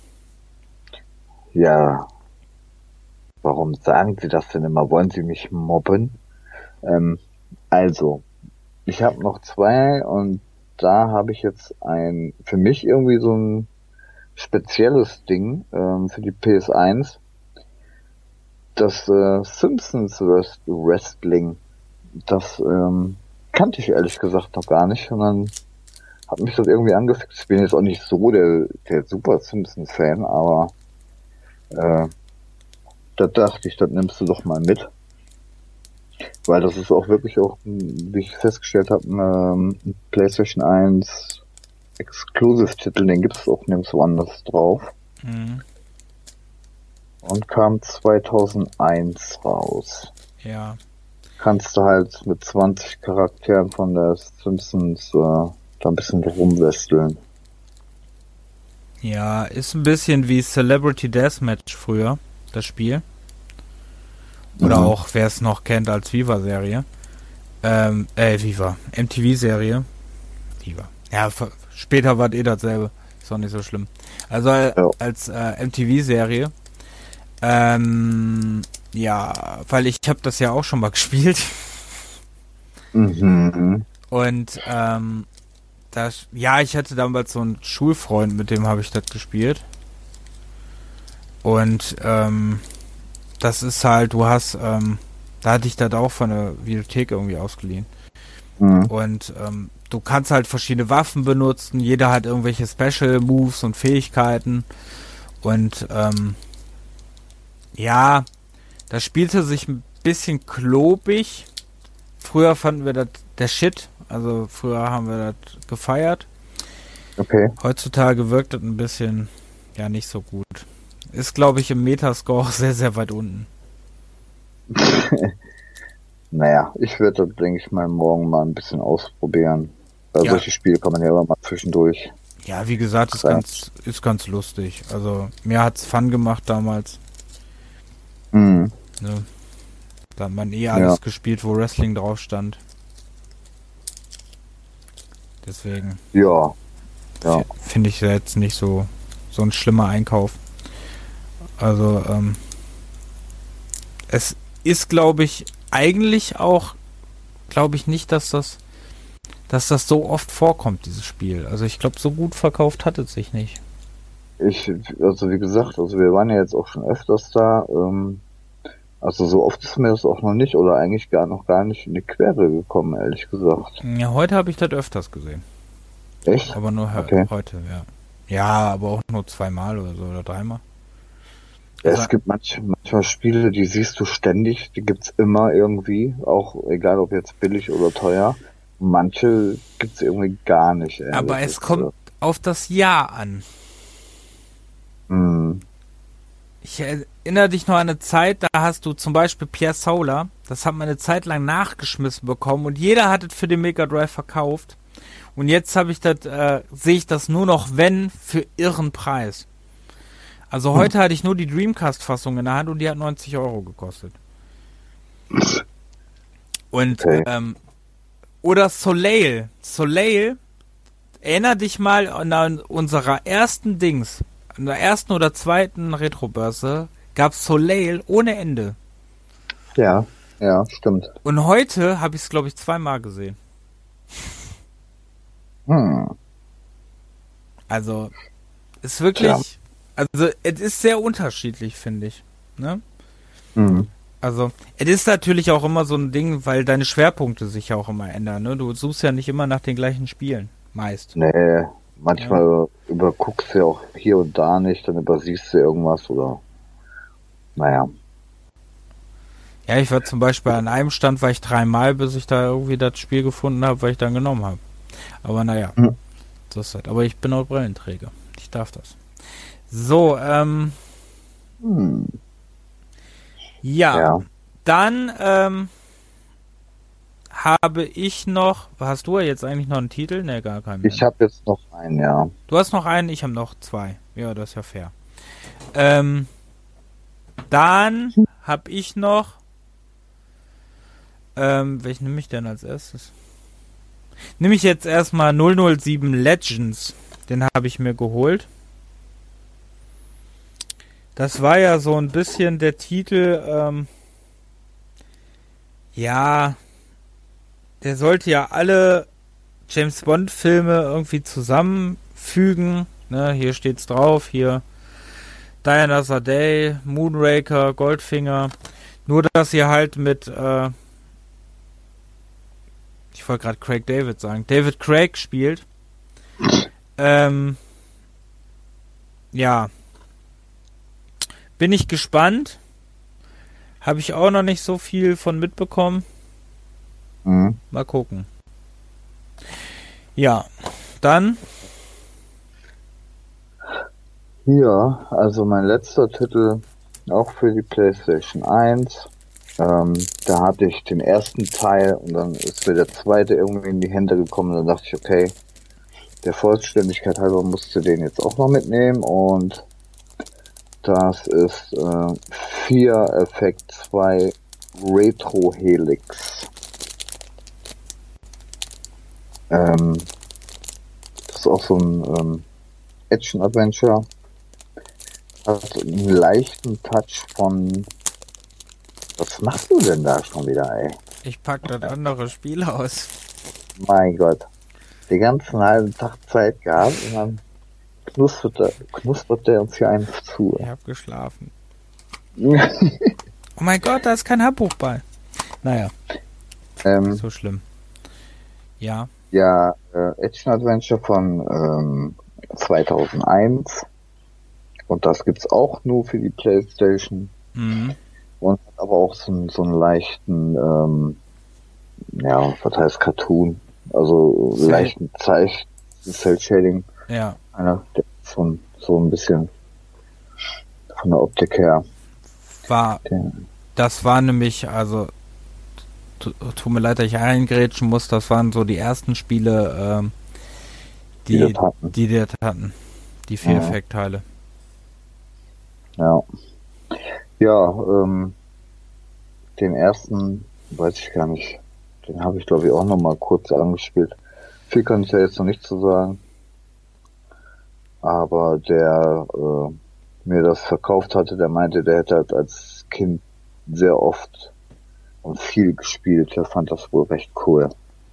Ja, warum sagen Sie das denn immer? Wollen Sie mich mobben? Ähm, also, ich habe noch zwei und da habe ich jetzt ein, für mich irgendwie so ein spezielles Ding ähm, für die P S eins. Das äh, Simpsons Wrestling, das ähm, kannte ich ehrlich gesagt noch gar nicht und dann hat mich das irgendwie angefixt. Ich bin jetzt auch nicht so der, der super Simpsons-Fan, aber äh, da dachte ich, das nimmst du doch mal mit. Weil das ist auch wirklich auch, wie ich festgestellt habe, ein ähm, PlayStation eins Exclusive-Titel, den gibt es auch nirgendwo anders drauf. Mhm. Und kam zweitausendeins raus. Ja. Kannst du halt mit zwanzig Charakteren von der Simpsons äh, da ein bisschen rumwesteln. Ja, ist ein bisschen wie Celebrity Deathmatch früher, das Spiel. Oder mhm. auch, wer es noch kennt, als Viva-Serie. Ähm, äh, Viva. M T V-Serie. Viva. Ja, f- später war es eh dasselbe. Ist auch nicht so schlimm. Also äh, ja. als äh, M T V-Serie. Ähm, ja, weil ich habe das ja auch schon mal gespielt. Mhm. Und ähm, das, ja, ich hatte damals so einen Schulfreund, mit dem habe ich das gespielt. Und ähm, das ist halt, du hast, ähm, da hatte ich das auch von der Videothek irgendwie ausgeliehen. Mhm. Und ähm, du kannst halt verschiedene Waffen benutzen, jeder hat irgendwelche Special Moves und Fähigkeiten. Und ähm, ja, das spielte sich ein bisschen klobig. Früher fanden wir das der Shit, also früher haben wir das gefeiert. Okay. Heutzutage wirkt das ein bisschen, ja, nicht so gut. ist, glaube ich, im Metascore auch sehr, sehr weit unten. Naja, ich würde, denke ich mal, morgen mal ein bisschen ausprobieren. Weil Ja. solche Spiele kann man ja immer mal zwischendurch. Ja, wie gesagt, ist Ja. ganz, ist ganz lustig. Also, mir hat's Fun gemacht damals. Mhm. Ne? Da hat man eh alles Ja. gespielt, wo Wrestling drauf stand. Deswegen Ja. Ja. f- finde ich jetzt nicht so, so ein schlimmer Einkauf. Also, ähm, es ist, glaube ich, eigentlich auch, glaube ich nicht, dass das, dass das so oft vorkommt, dieses Spiel. Also ich glaube, so gut verkauft hat es sich nicht. Ich, also wie gesagt, also wir waren ja jetzt auch schon öfters da. Ähm, also so oft ist mir das auch noch nicht oder eigentlich gar noch gar nicht in die Quere gekommen, ehrlich gesagt. Ja, heute habe ich das öfters gesehen. Echt? Aber nur he- Okay. heute, ja. Ja, aber auch nur zweimal oder so oder dreimal. Ja, Also- es gibt manch, manchmal Spiele, die siehst du ständig, die gibt's immer irgendwie, auch egal ob jetzt billig oder teuer. Manche gibt's irgendwie gar nicht. Ey. Aber Das es ist, kommt auf das Jahr an. Äh, hm, Ich erinnere dich noch an eine Zeit, da hast du zum Beispiel Pierre Solar, das hat man eine Zeit lang nachgeschmissen bekommen und jeder hat es für den Mega Drive verkauft. Und jetzt habe ich das, äh, sehe ich das nur noch, wenn, für irren Preis. Also heute hatte ich nur die Dreamcast-Fassung in der Hand und die hat neunzig Euro gekostet. Und, Okay. ähm, oder Soleil. Soleil, erinner dich mal an unserer ersten Dings, an der ersten oder zweiten Retrobörse, gab Soleil ohne Ende. Ja, ja, stimmt. Und heute habe ich es, glaube ich, zweimal gesehen. Hm. Also, ist wirklich, also, es ist sehr unterschiedlich, finde ich. Ne? Hm. Also, es ist natürlich auch immer so ein Ding, weil deine Schwerpunkte sich ja auch immer ändern. Ne? Du suchst ja nicht immer nach den gleichen Spielen. Meist. Nee, manchmal überguckst du ja auch hier und da nicht, dann übersiehst du irgendwas oder, naja. Ja, ich war zum Beispiel an einem Stand, war ich dreimal, bis ich da irgendwie das Spiel gefunden habe, weil ich dann genommen habe. Aber naja, Hm. so ist das. Aber ich bin auch Brillenträger. Ich darf das. So, ähm, Hm. ja. Ja. Dann, ähm, habe ich noch, hast du ja jetzt eigentlich noch einen Titel? Ne, gar keinen mehr. Ich habe jetzt noch einen, ja. Du hast noch einen, ich habe noch zwei. Ja, das ist ja fair. Ähm, dann habe ich noch, ähm, welchen nehme ich denn als erstes? Nehme ich jetzt erstmal null null sieben Legends. Den habe ich mir geholt. Das war ja so ein bisschen der Titel, ähm, ja, der sollte ja alle James Bond Filme irgendwie zusammenfügen. Ne, hier steht's drauf, hier Die Another Day, Moonraker, Goldfinger. Nur, dass ihr halt mit, äh, ich wollte gerade Craig David sagen, David Craig spielt. Ähm, ja. Bin ich gespannt. Habe ich auch noch nicht so viel von mitbekommen. Mhm. Mal gucken. Ja, dann. Ja, also mein letzter Titel, auch für die PlayStation eins. Ähm, da hatte ich den ersten Teil und dann ist mir der zweite irgendwie in die Hände gekommen. Dann dachte ich, okay, der Vollständigkeit halber musst du den jetzt auch noch mitnehmen. Und das ist äh, vier Effect zwei Retro Helix. Ähm, das ist auch so ein ähm, Action-Adventure. Hat einen leichten Touch von... Was machst du denn da schon wieder, ey? Ich pack das andere Spiel aus. Mein Gott. Den ganzen halben Tag Zeit gehabt und dann knuspert der, knuspert der uns hier eins zu. Ich hab geschlafen. Oh mein Gott, da ist kein Handbuch bei. Naja, ähm, nicht so schlimm. Ja. ja, äh, Action-Adventure von ähm, zweitausendeins. Und das gibt's auch nur für die PlayStation. Mhm. Und hat aber auch so, einen- so einen leichten, ähm, ja, was heißt Cartoon? Also Cell. leichten Zeich, Cell-Shading. Ja. Einer, der so, ein- so ein bisschen von der Optik her. War, Den, das war nämlich, also, tu- tut mir leid, dass ich eingrätschen muss, das waren so die ersten Spiele, ähm, die die, das hatten. die das hatten. Die vier Effektteile. Ja. Ja, ähm, den ersten, weiß ich gar nicht, den habe ich glaube ich auch noch mal kurz angespielt. Viel kann ich ja jetzt noch nicht zu sagen. Aber der äh, mir das verkauft hatte, der meinte, der hätte halt als Kind sehr oft und viel gespielt. Der fand das wohl recht cool.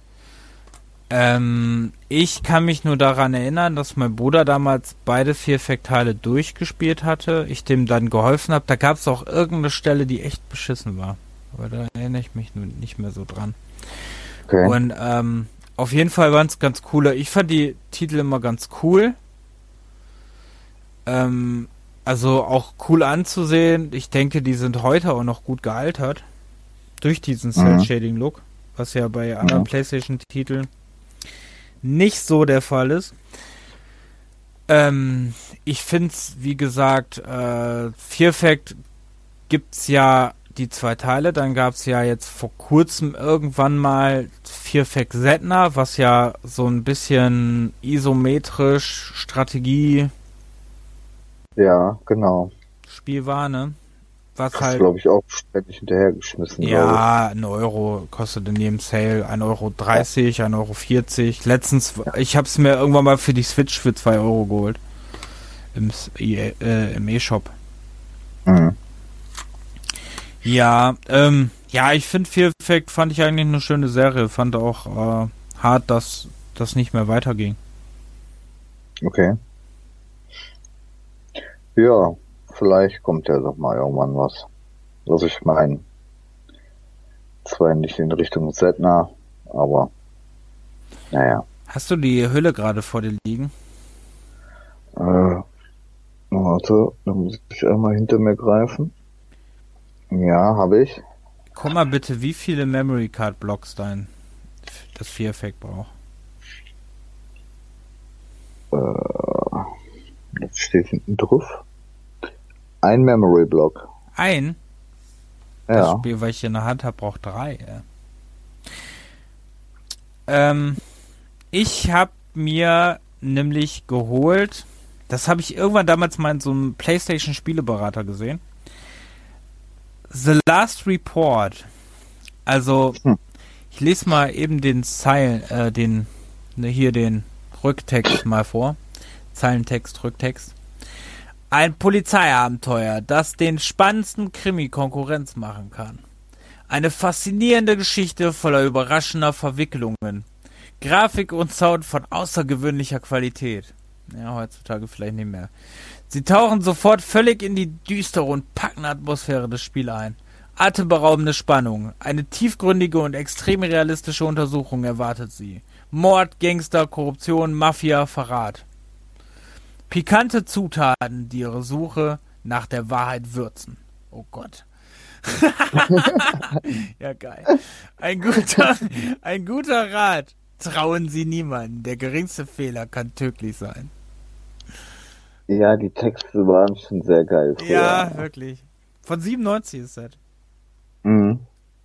Ähm, ich kann mich nur daran erinnern, dass mein Bruder damals beide vier Effektteile durchgespielt hatte. Ich dem dann geholfen habe. Da gab es auch irgendeine Stelle, die echt beschissen war. Aber da erinnere ich mich nun nicht mehr so dran. Okay. Und ähm, auf jeden Fall waren es ganz coole. Ich fand die Titel immer ganz cool. Ähm, also auch cool anzusehen. Ich denke, die sind heute auch noch gut gealtert. Durch diesen Cell-Shading-Look. Was ja bei anderen Mhm. PlayStation-Titeln nicht so der Fall ist. Ähm, ich finde es, wie gesagt, äh, Fear Effect gibt's ja die zwei Teile. Dann gab es ja jetzt vor kurzem irgendwann mal Fear Effect Setna, was ja so ein bisschen isometrisch Strategie Ja, genau. Spiel war, ne? Was Das halt, glaube ich auch ständig hinterhergeschmissen, glaube ja, ein Euro kostet in jedem Sale, ein Euro dreißig, ein Euro vierzig. Letztens, ich hab's mir irgendwann mal für die Switch für zwei Euro geholt. Im, S- E- äh, im E-Shop. ich. Mhm. Ja, ähm, ja, ich finde Fear Effect fand ich eigentlich eine schöne Serie. Fand auch äh, hart, dass das nicht mehr weiterging. Okay. Ja, vielleicht kommt ja doch mal irgendwann was. Also ich meine, zwar nicht in Richtung Setna, aber naja. Hast du die Hülle gerade vor dir liegen? Äh, warte, da muss ich einmal hinter mir greifen. Ja, habe ich. Guck mal bitte, wie viele Memory Card Blocks dein das Fear Effect braucht. Äh, jetzt steht hinten drauf. Ein Memory Block. Ein? Das Ja. Spiel, weil ich hier in der Hand habe, braucht drei. Ja. Ähm, ich habe mir nämlich geholt, das habe ich irgendwann damals mal in so einem PlayStation-Spieleberater gesehen. The Last Report. Also, Hm. ich lese mal eben den Zeilen, äh, den, ne, hier den Rücktext mal vor. Zeilentext, Rücktext. Ein Polizeiabenteuer, das den spannendsten Krimi Konkurrenz machen kann. Eine faszinierende Geschichte voller überraschender Verwicklungen. Grafik und Sound von außergewöhnlicher Qualität. Ja, heutzutage vielleicht nicht mehr. Sie tauchen sofort völlig in die düstere und packende Atmosphäre des Spiels ein. Atemberaubende Spannung, eine tiefgründige und extrem realistische Untersuchung erwartet sie. Mord, Gangster, Korruption, Mafia, Verrat. Pikante Zutaten, die ihre Suche nach der Wahrheit würzen. Oh Gott. Ja, geil. Ein guter, ein guter Rat. Trauen Sie niemanden. Der geringste Fehler kann tödlich sein. Ja, die Texte waren schon sehr geil früher. Ja, wirklich. Von siebenundneunzig ist das. Mhm.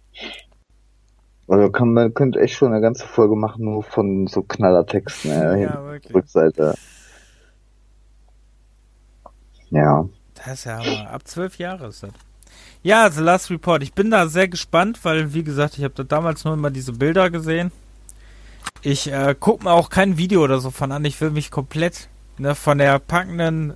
Also kann, man könnte echt schon eine ganze Folge machen, nur von so Knallertexten. Äh, Ja, Hin- wirklich. Rückseite. Ja. Das ist ja Hammer. Ab zwölf Jahre ist das. Ja, The Last Report. Ich bin da sehr gespannt, weil, wie gesagt, ich habe da damals nur immer diese Bilder gesehen. Ich äh, gucke mir auch kein Video oder so von an. Ich will mich komplett ne, von der packenden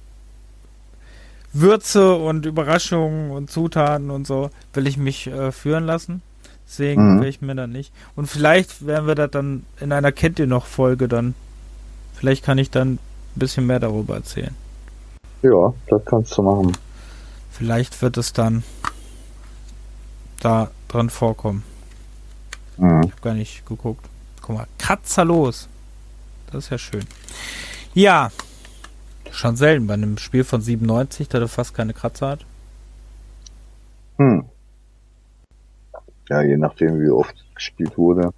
Würze und Überraschungen und Zutaten und so will ich mich äh, führen lassen. Deswegen Mhm. will ich mir dann nicht. Und vielleicht werden wir das dann in einer Kennt ihr noch Folge dann. Vielleicht kann ich dann ein bisschen mehr darüber erzählen. Ja, das kannst du machen. Vielleicht wird es dann da dran vorkommen. Mhm. Ich habe gar nicht geguckt. Guck mal, kratzerlos. Das ist ja schön. Ja, schon selten bei einem Spiel von siebenundneunzig, da du fast keine Kratzer hat. Hm. Ja, je nachdem, wie oft gespielt wurde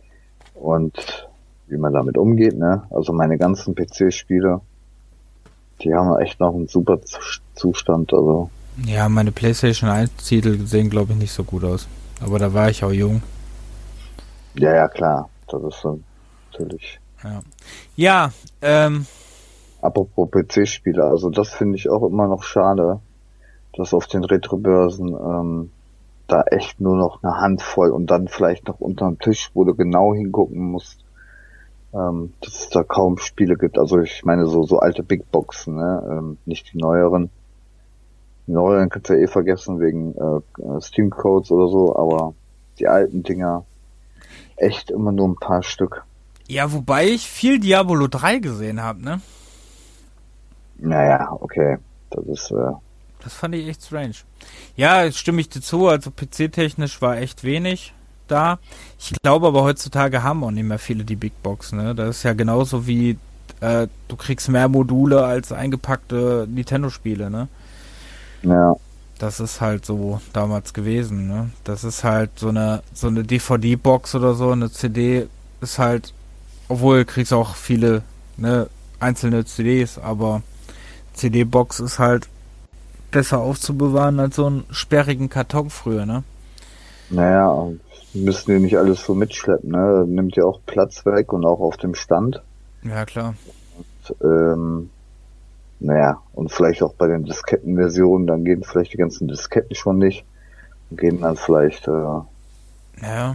und wie man damit umgeht, ne? Also meine ganzen P C-Spiele, Die haben echt noch einen super Zustand, also. Ja, meine PlayStation eins Titel sehen, glaube ich, nicht so gut aus. Aber da war ich auch jung. Ja, ja, klar. Das ist so, natürlich. Ja, ja ähm. Apropos P C-Spiele, also das finde ich auch immer noch schade, dass auf den Retro-Börsen ähm, da echt nur noch eine Handvoll und dann vielleicht noch unterm Tisch, wo du genau hingucken musst, ähm, dass es da kaum Spiele gibt. Also ich meine so so alte Big Boxen, ne? ähm, nicht die neueren. Die neueren kannst du ja eh vergessen wegen äh, Steam Codes oder so, aber die alten Dinger echt immer nur ein paar Stück. Ja, wobei ich viel Diablo drei gesehen habe, ne? Naja, okay. Das ist äh, Das fand ich echt strange. Ja, stimme ich dir zu, also P C-technisch war echt wenig da. Ich glaube aber heutzutage haben auch nicht mehr viele die Big Box, ne? Das ist ja genauso wie äh, du kriegst mehr Module als eingepackte Nintendo-Spiele, ne? ja. Das ist halt so damals gewesen, ne? Das ist halt so eine so eine D V D-Box oder so, eine C D ist halt, obwohl du kriegst auch viele, ne, einzelne C Ds, aber C D-Box ist halt besser aufzubewahren als so einen sperrigen Karton früher, ne? Naja, müssen die nicht alles so mitschleppen, ne? Nimmt ja auch Platz weg und auch auf dem Stand. Ja, klar. Und, ähm, naja, und vielleicht auch bei den Diskettenversionen, dann gehen vielleicht die ganzen Disketten schon nicht. Und gehen dann vielleicht, äh, Ja.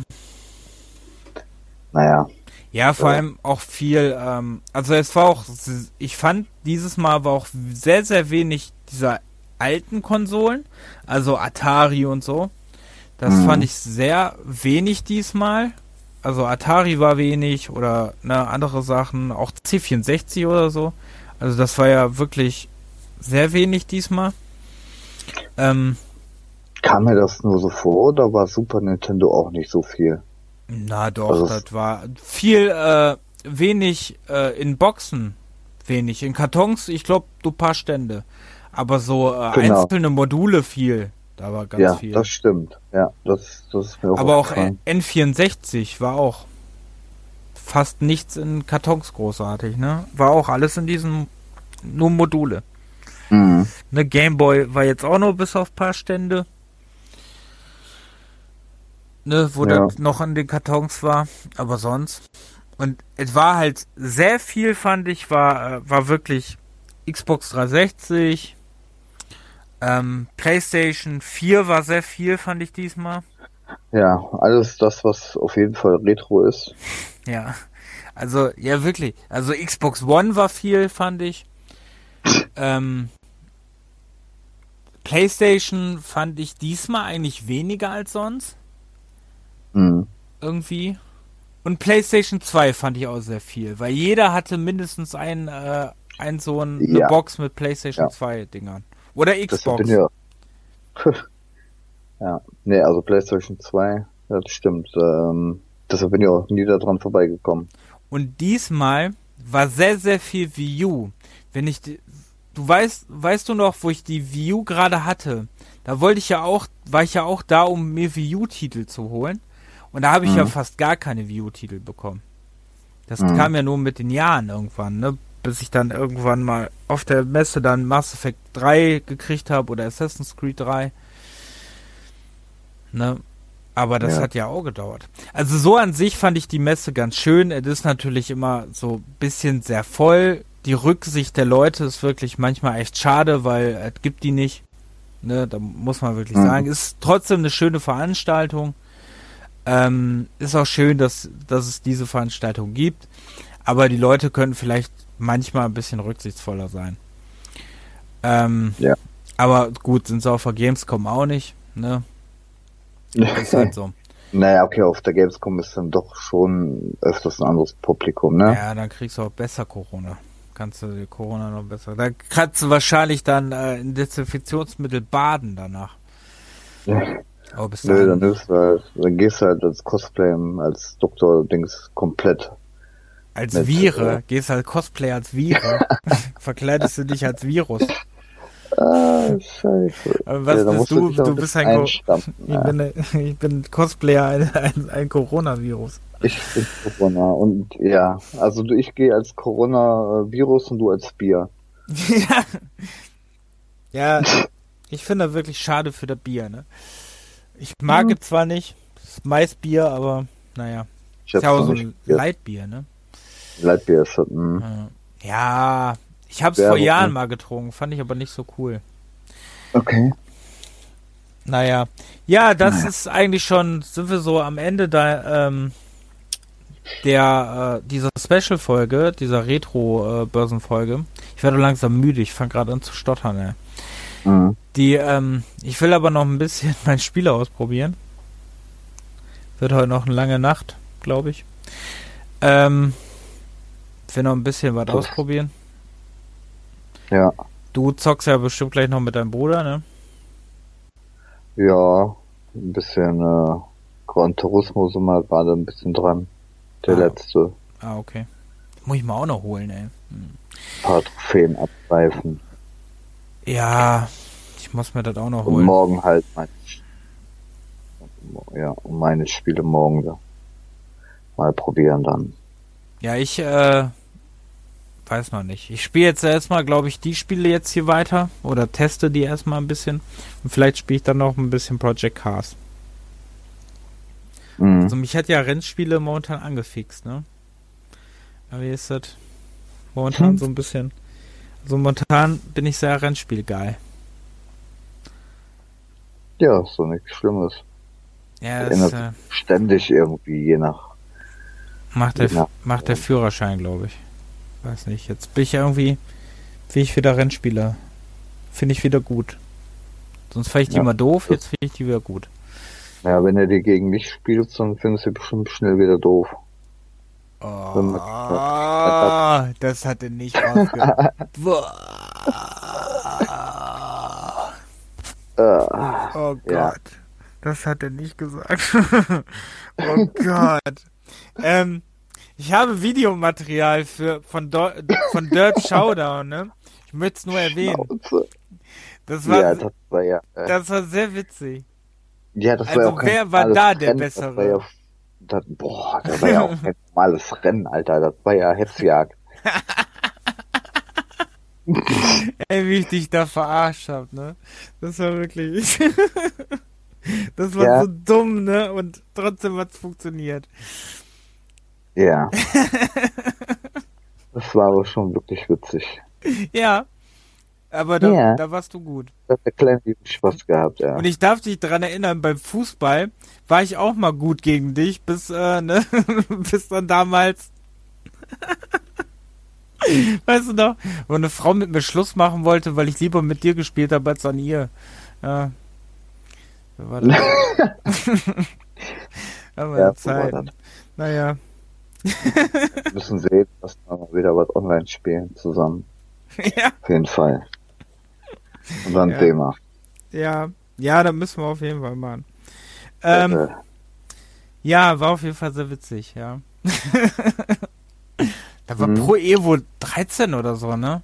naja. Ja, vor äh, allem auch viel, ähm, also es war auch, ich fand, dieses Mal war auch sehr, sehr wenig dieser alten Konsolen, also Atari und so. Das mhm. fand ich sehr wenig diesmal. Also Atari war wenig oder ne, andere Sachen, auch C vierundsechzig oder so. Also das war ja wirklich sehr wenig diesmal. Ähm, Kam mir das nur so vor oder war Super Nintendo auch nicht so viel? Na doch, also das war viel, äh, wenig äh, in Boxen, wenig. In Kartons, ich glaube, nur ein paar Stände. Aber so äh, genau. einzelne Module viel. Da war ganz ja, viel. Ja, das stimmt. Ja, das, das ist mir auch Aber auch N vierundsechzig war auch fast nichts in Kartons großartig, ne? War auch alles in diesen, nur Module. Mhm. Ne, Gameboy war jetzt auch nur bis auf ein paar Stände. Ne, wo ja. das noch an den Kartons war. Aber sonst. Und es war halt sehr viel, fand ich, war, war wirklich Xbox dreihundertsechzig, ähm, PlayStation vier war sehr viel, fand ich diesmal. Ja, alles das, was auf jeden Fall Retro ist. Ja, also, ja wirklich. Also Xbox One war viel, fand ich. ähm, PlayStation fand ich diesmal eigentlich weniger als sonst. Mhm. Irgendwie. Und PlayStation zwei fand ich auch sehr viel, weil jeder hatte mindestens ein, äh, ein so ein, eine ja. Box mit PlayStation ja. zwei Dingern. Oder Xbox. Ja, ja, nee, also PlayStation zwei, das stimmt. Ähm, deshalb bin ich auch nie da dran vorbeigekommen. Und diesmal war sehr, sehr viel Wii U. Wenn ich, die, du weißt, weißt du noch, wo ich die Wii U gerade hatte? Da wollte ich ja auch, war ich ja auch da, um mir Wii U-Titel zu holen. Und da habe ich mhm. ja fast gar keine Wii U-Titel bekommen. Das mhm. kam ja nur mit den Jahren irgendwann, ne? Bis ich dann irgendwann mal auf der Messe dann Mass Effect drei gekriegt habe oder Assassin's Creed drei. Ne? Aber das ja. hat ja auch gedauert. Also so an sich fand ich die Messe ganz schön. Es ist natürlich immer so ein bisschen sehr voll. Die Rücksicht der Leute ist wirklich manchmal echt schade, weil es gibt die nicht. Ne? Da muss man wirklich mhm. sagen. Ist trotzdem eine schöne Veranstaltung. Ähm, ist auch schön, dass, dass es diese Veranstaltung gibt. Aber die Leute können vielleicht manchmal ein bisschen rücksichtsvoller sein. Ähm, ja. Aber gut, sind sie auf der Gamescom auch nicht, ne? Ist halt so. Naja, okay, auf der Gamescom ist dann doch schon öfters ein anderes Publikum, ne? Ja, dann kriegst du auch besser Corona. Kannst du die Corona noch besser. Da kannst du wahrscheinlich dann äh, in Desinfektionsmittel baden danach. Ja. Aber bis Nö, dann, ist halt, dann gehst du halt als Cosplay, als Doktor-Dings komplett. Als mit, Vire, äh, gehst halt Cosplay als Vire. Verkleidest du dich als Virus. Ah, scheiße. Aber was ja, bist du? Du, du bist ein Co ich, ja. bin, ich bin Cosplayer, ein, ein, ein Coronavirus. Ich bin Corona und ja, also ich gehe als Corona-Virus und du als Bier. ja. Ja, ich finde das wirklich schade für das Bier, ne? Ich mag mhm. es zwar nicht, das ist Maisbier, aber naja. Ich ist ja auch so ein Leitbier, ne? Leitbier ist das, mh. Ja, ich hab's Werbung, vor Jahren ne? mal getrunken, fand ich aber nicht so cool. Okay. Naja. Ja, das naja. ist eigentlich schon, sind wir so am Ende da, ähm, der, äh, dieser Special-Folge, dieser Retro-Börsen-Folge. Ich werde langsam müde, ich fange gerade an zu stottern, ey. Mhm. Die, ähm, ich will aber noch ein bisschen mein Spiel ausprobieren. Wird heute noch eine lange Nacht, glaube ich. Ähm, will noch ein bisschen was Puff. ausprobieren. Ja. Du zockst ja bestimmt gleich noch mit deinem Bruder, ne? Ja, ein bisschen äh, Gran Turismo sind wir gerade ein bisschen dran. Der ah. letzte. Ah, okay. Muss ich mal auch noch holen, ey. Hm. Ein paar Trophäen abgreifen. Ja, ich muss mir das auch noch und holen. Morgen halt mein, ja, meine Spiele morgen da mal probieren dann. Ja, ich äh, weiß noch nicht. Ich spiele jetzt erstmal, glaube ich, die Spiele jetzt hier weiter oder teste die erstmal ein bisschen und vielleicht spiele ich dann noch ein bisschen Project Cars. Mhm. Also mich hat ja Rennspiele momentan angefixt, ne? Aber wie ist das? Momentan hm. so ein bisschen. Also momentan bin ich sehr Rennspielgeil. Ja, ist so nichts Schlimmes. Ja, das äh, ständig irgendwie, je nach. Macht der, nach, macht der Führerschein, glaube ich. Weiß nicht. Jetzt bin ich irgendwie, bin ich wieder Rennspieler. Finde ich wieder gut. Sonst fand ich die ja, immer doof, jetzt finde ich die wieder gut. Ja, wenn er die gegen mich spielt, dann findest du bestimmt schnell wieder doof. Oh, man, das hat er nicht rausgehört. Oh Gott, ja. Das hat er nicht gesagt. Oh Gott. ähm, ich habe Videomaterial für von, Do, von Dirt Showdown, ne? Ich möchte es nur erwähnen. Das war, ja, das war ja. Äh, das war sehr witzig. Ja, das also war ja auch kein wer war da der Rennen, Bessere? Das war ja, das, boah, das war ja auch kein normales Rennen, Alter. Das war ja Hetzjagd. Ey, wie ich dich da verarscht hab, ne? Das war wirklich... das war ja. so dumm, ne? Und trotzdem hat's funktioniert. Ja. Das war aber schon wirklich witzig. Ja. Aber da, ja. da warst du gut. Da hat der kleine Spaß gehabt, ja. Und ich darf dich daran erinnern, beim Fußball war ich auch mal gut gegen dich, bis, äh, ne? bis dann damals... Weißt du noch, wo eine Frau mit mir Schluss machen wollte, weil ich lieber mit dir gespielt habe als an ihr. Ja. Wer war das? Aber ja, Zeit. Naja. Wir müssen sehen, dass wir mal wieder was online spielen zusammen. Ja. Auf jeden Fall. Unser ja. Thema. Ja. Ja, da müssen wir auf jeden Fall machen. Ähm, okay. Ja, war auf jeden Fall sehr witzig, ja. Da war mhm. Pro Evo dreizehn oder so, ne?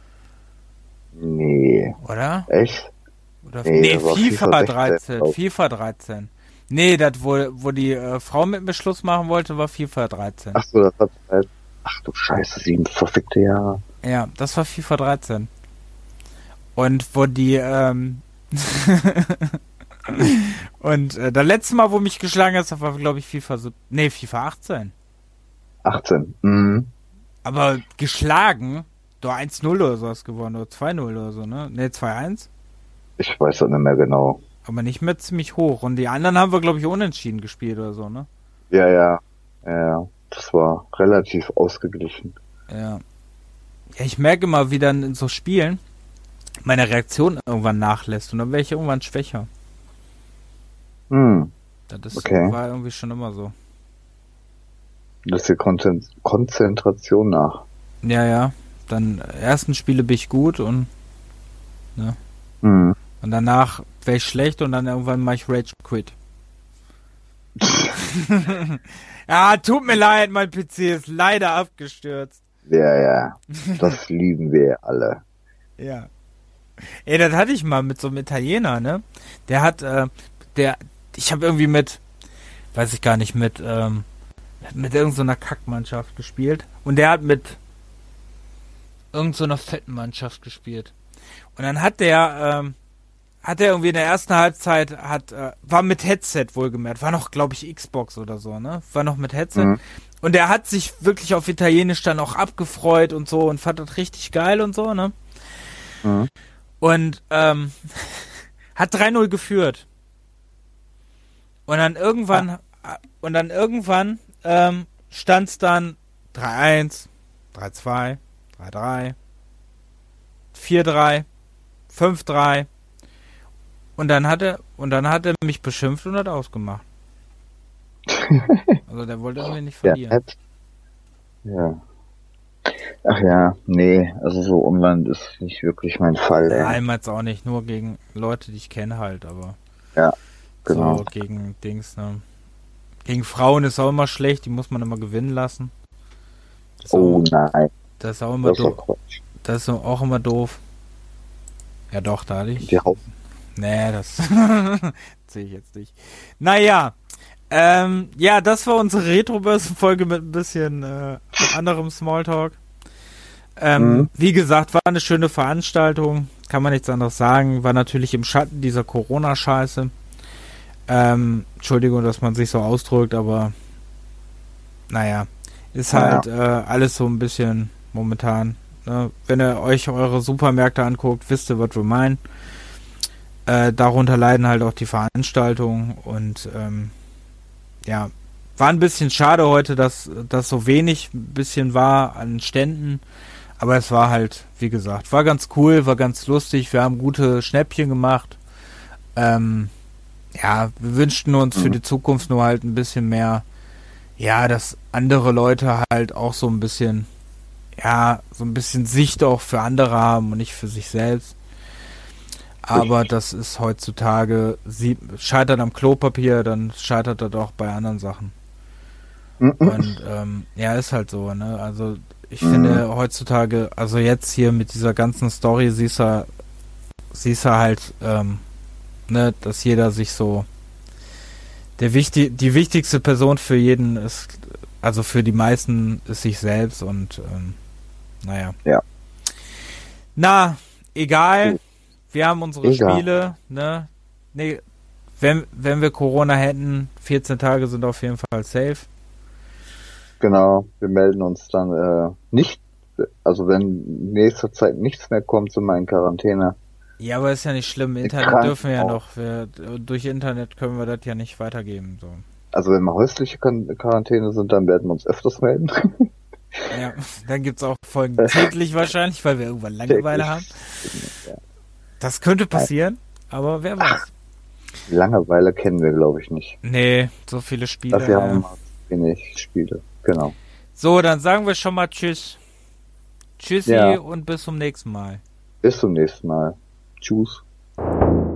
Nee. Oder? Echt? Oder nee, nee FIFA, FIFA dreizehn. Auch. FIFA dreizehn. Nee, das, wo, wo die äh, Frau mit mir Schluss machen wollte, war FIFA dreizehn. Ach so, das hat halt. Ach du Scheiße, sieben verfickte Jahre. Ja, das war FIFA dreizehn. Und wo die, ähm. Und äh, das letzte Mal, wo mich geschlagen hat, das war, glaube ich, FIFA. Nee, FIFA achtzehn. achtzehn, mhm. Aber geschlagen, du eins null oder sowas gewonnen, oder zwei null oder so, ne? Ne, zwei eins? Ich weiß das nicht mehr genau. Aber nicht mehr ziemlich hoch. Und die anderen haben wir, glaube ich, unentschieden gespielt oder so, ne? Ja, ja. Ja, das war relativ ausgeglichen. Ja. Ja, ich merke immer, wie dann in so Spielen meine Reaktion irgendwann nachlässt und dann wäre ich irgendwann schwächer. Hm. Das ist, okay. war irgendwie schon immer so. Lässt die Konzentration nach. Ja, ja. Dann ersten Spiele bin ich gut und ne? Mhm. Und danach wäre ich schlecht und dann irgendwann mache ich Rage Quit. Ja, tut mir leid, mein P C ist leider abgestürzt. Ja, ja. Das lieben wir alle. Ja. Ey, das hatte ich mal mit so einem Italiener, ne? Der hat, äh, der, ich habe irgendwie mit, weiß ich gar nicht, mit, ähm, mit irgendeiner so Kackmannschaft gespielt und der hat mit irgend so einer fetten Mannschaft gespielt. Und dann hat der, ähm, hat er irgendwie in der ersten Halbzeit, hat, äh, war mit Headset wohlgemerkt, war noch, glaube ich, Xbox oder so, ne? War noch mit Headset. Mhm. Und er hat sich wirklich auf Italienisch dann auch abgefreut und so und fand das richtig geil und so, ne? Mhm. Und, ähm, hat drei null geführt. Und dann irgendwann, ah. und dann irgendwann, ähm, stand's dann drei eins, drei zwei, drei drei, vier drei, fünf drei. Und dann hat er, und dann hat er mich beschimpft und hat ausgemacht. Also der wollte irgendwie nicht verlieren. Ja, ja. Ach ja, nee, also so Umland ist nicht wirklich mein Fall, ey. Nein, jetzt auch nicht, nur gegen Leute, die ich kenne halt, aber. Ja, genau. So, gegen Dings, ne. Gegen Frauen ist auch immer schlecht, die muss man immer gewinnen lassen. Das oh auch, nein. Das ist auch immer doof. Das ist auch immer doof. Ja doch, da hatte ich. Die Haupt Nee, das sehe ich jetzt nicht. Naja, ähm, ja, das war unsere Retro-Börsen-Folge mit ein bisschen äh, anderem Smalltalk. Ähm, mhm. Wie gesagt, war eine schöne Veranstaltung, kann man nichts anderes sagen. War natürlich im Schatten dieser Corona-Scheiße. Ähm, Entschuldigung, dass man sich so ausdrückt, aber naja, ist halt ja. äh, alles so ein bisschen momentan. Ne? Wenn ihr euch eure Supermärkte anguckt, wisst ihr, was wir meinen. Äh, darunter leiden halt auch die Veranstaltungen und ähm, ja, war ein bisschen schade heute, dass das so wenig ein bisschen war an Ständen, aber es war halt, wie gesagt, war ganz cool, war ganz lustig, wir haben gute Schnäppchen gemacht. Ähm, ja, wir wünschten uns mhm. für die Zukunft nur halt ein bisschen mehr, ja, dass andere Leute halt auch so ein bisschen, ja, so ein bisschen Sicht auch für andere haben und nicht für sich selbst. Aber das ist heutzutage, sie scheitert am Klopapier, dann scheitert das auch bei anderen Sachen. Mhm. Und ähm, ja, ist halt so, ne? Also ich mhm. finde heutzutage, also jetzt hier mit dieser ganzen Story siehst du, siehst du halt, ähm, ne, dass jeder sich so, der wichtig, die wichtigste Person für jeden ist, also für die meisten ist sich selbst und ähm, naja. Ja. Na, egal. Wir haben unsere Egal. Spiele, ne? Nee, wenn, wenn wir Corona hätten, vierzehn Tage sind auf jeden Fall safe. Genau, wir melden uns dann äh, nicht, also wenn in nächster Zeit nichts mehr kommt, sind wir in Quarantäne. Ja, aber ist ja nicht schlimm, Internet dürfen wir ja noch, wir, durch Internet können wir das ja nicht weitergeben. So. Also wenn wir häusliche Quarantäne sind, dann werden wir uns öfters melden. Ja, dann gibt's auch Folgen täglich wahrscheinlich, weil wir irgendwann Langeweile haben. Ja. Das könnte passieren, aber wer weiß. Langeweile kennen wir, glaube ich, nicht. Nee, so viele Spiele. Dafür haben wir wenig Spiele, genau. So, dann sagen wir schon mal Tschüss. Tschüssi ja. Und bis zum nächsten Mal. Bis zum nächsten Mal. Tschüss.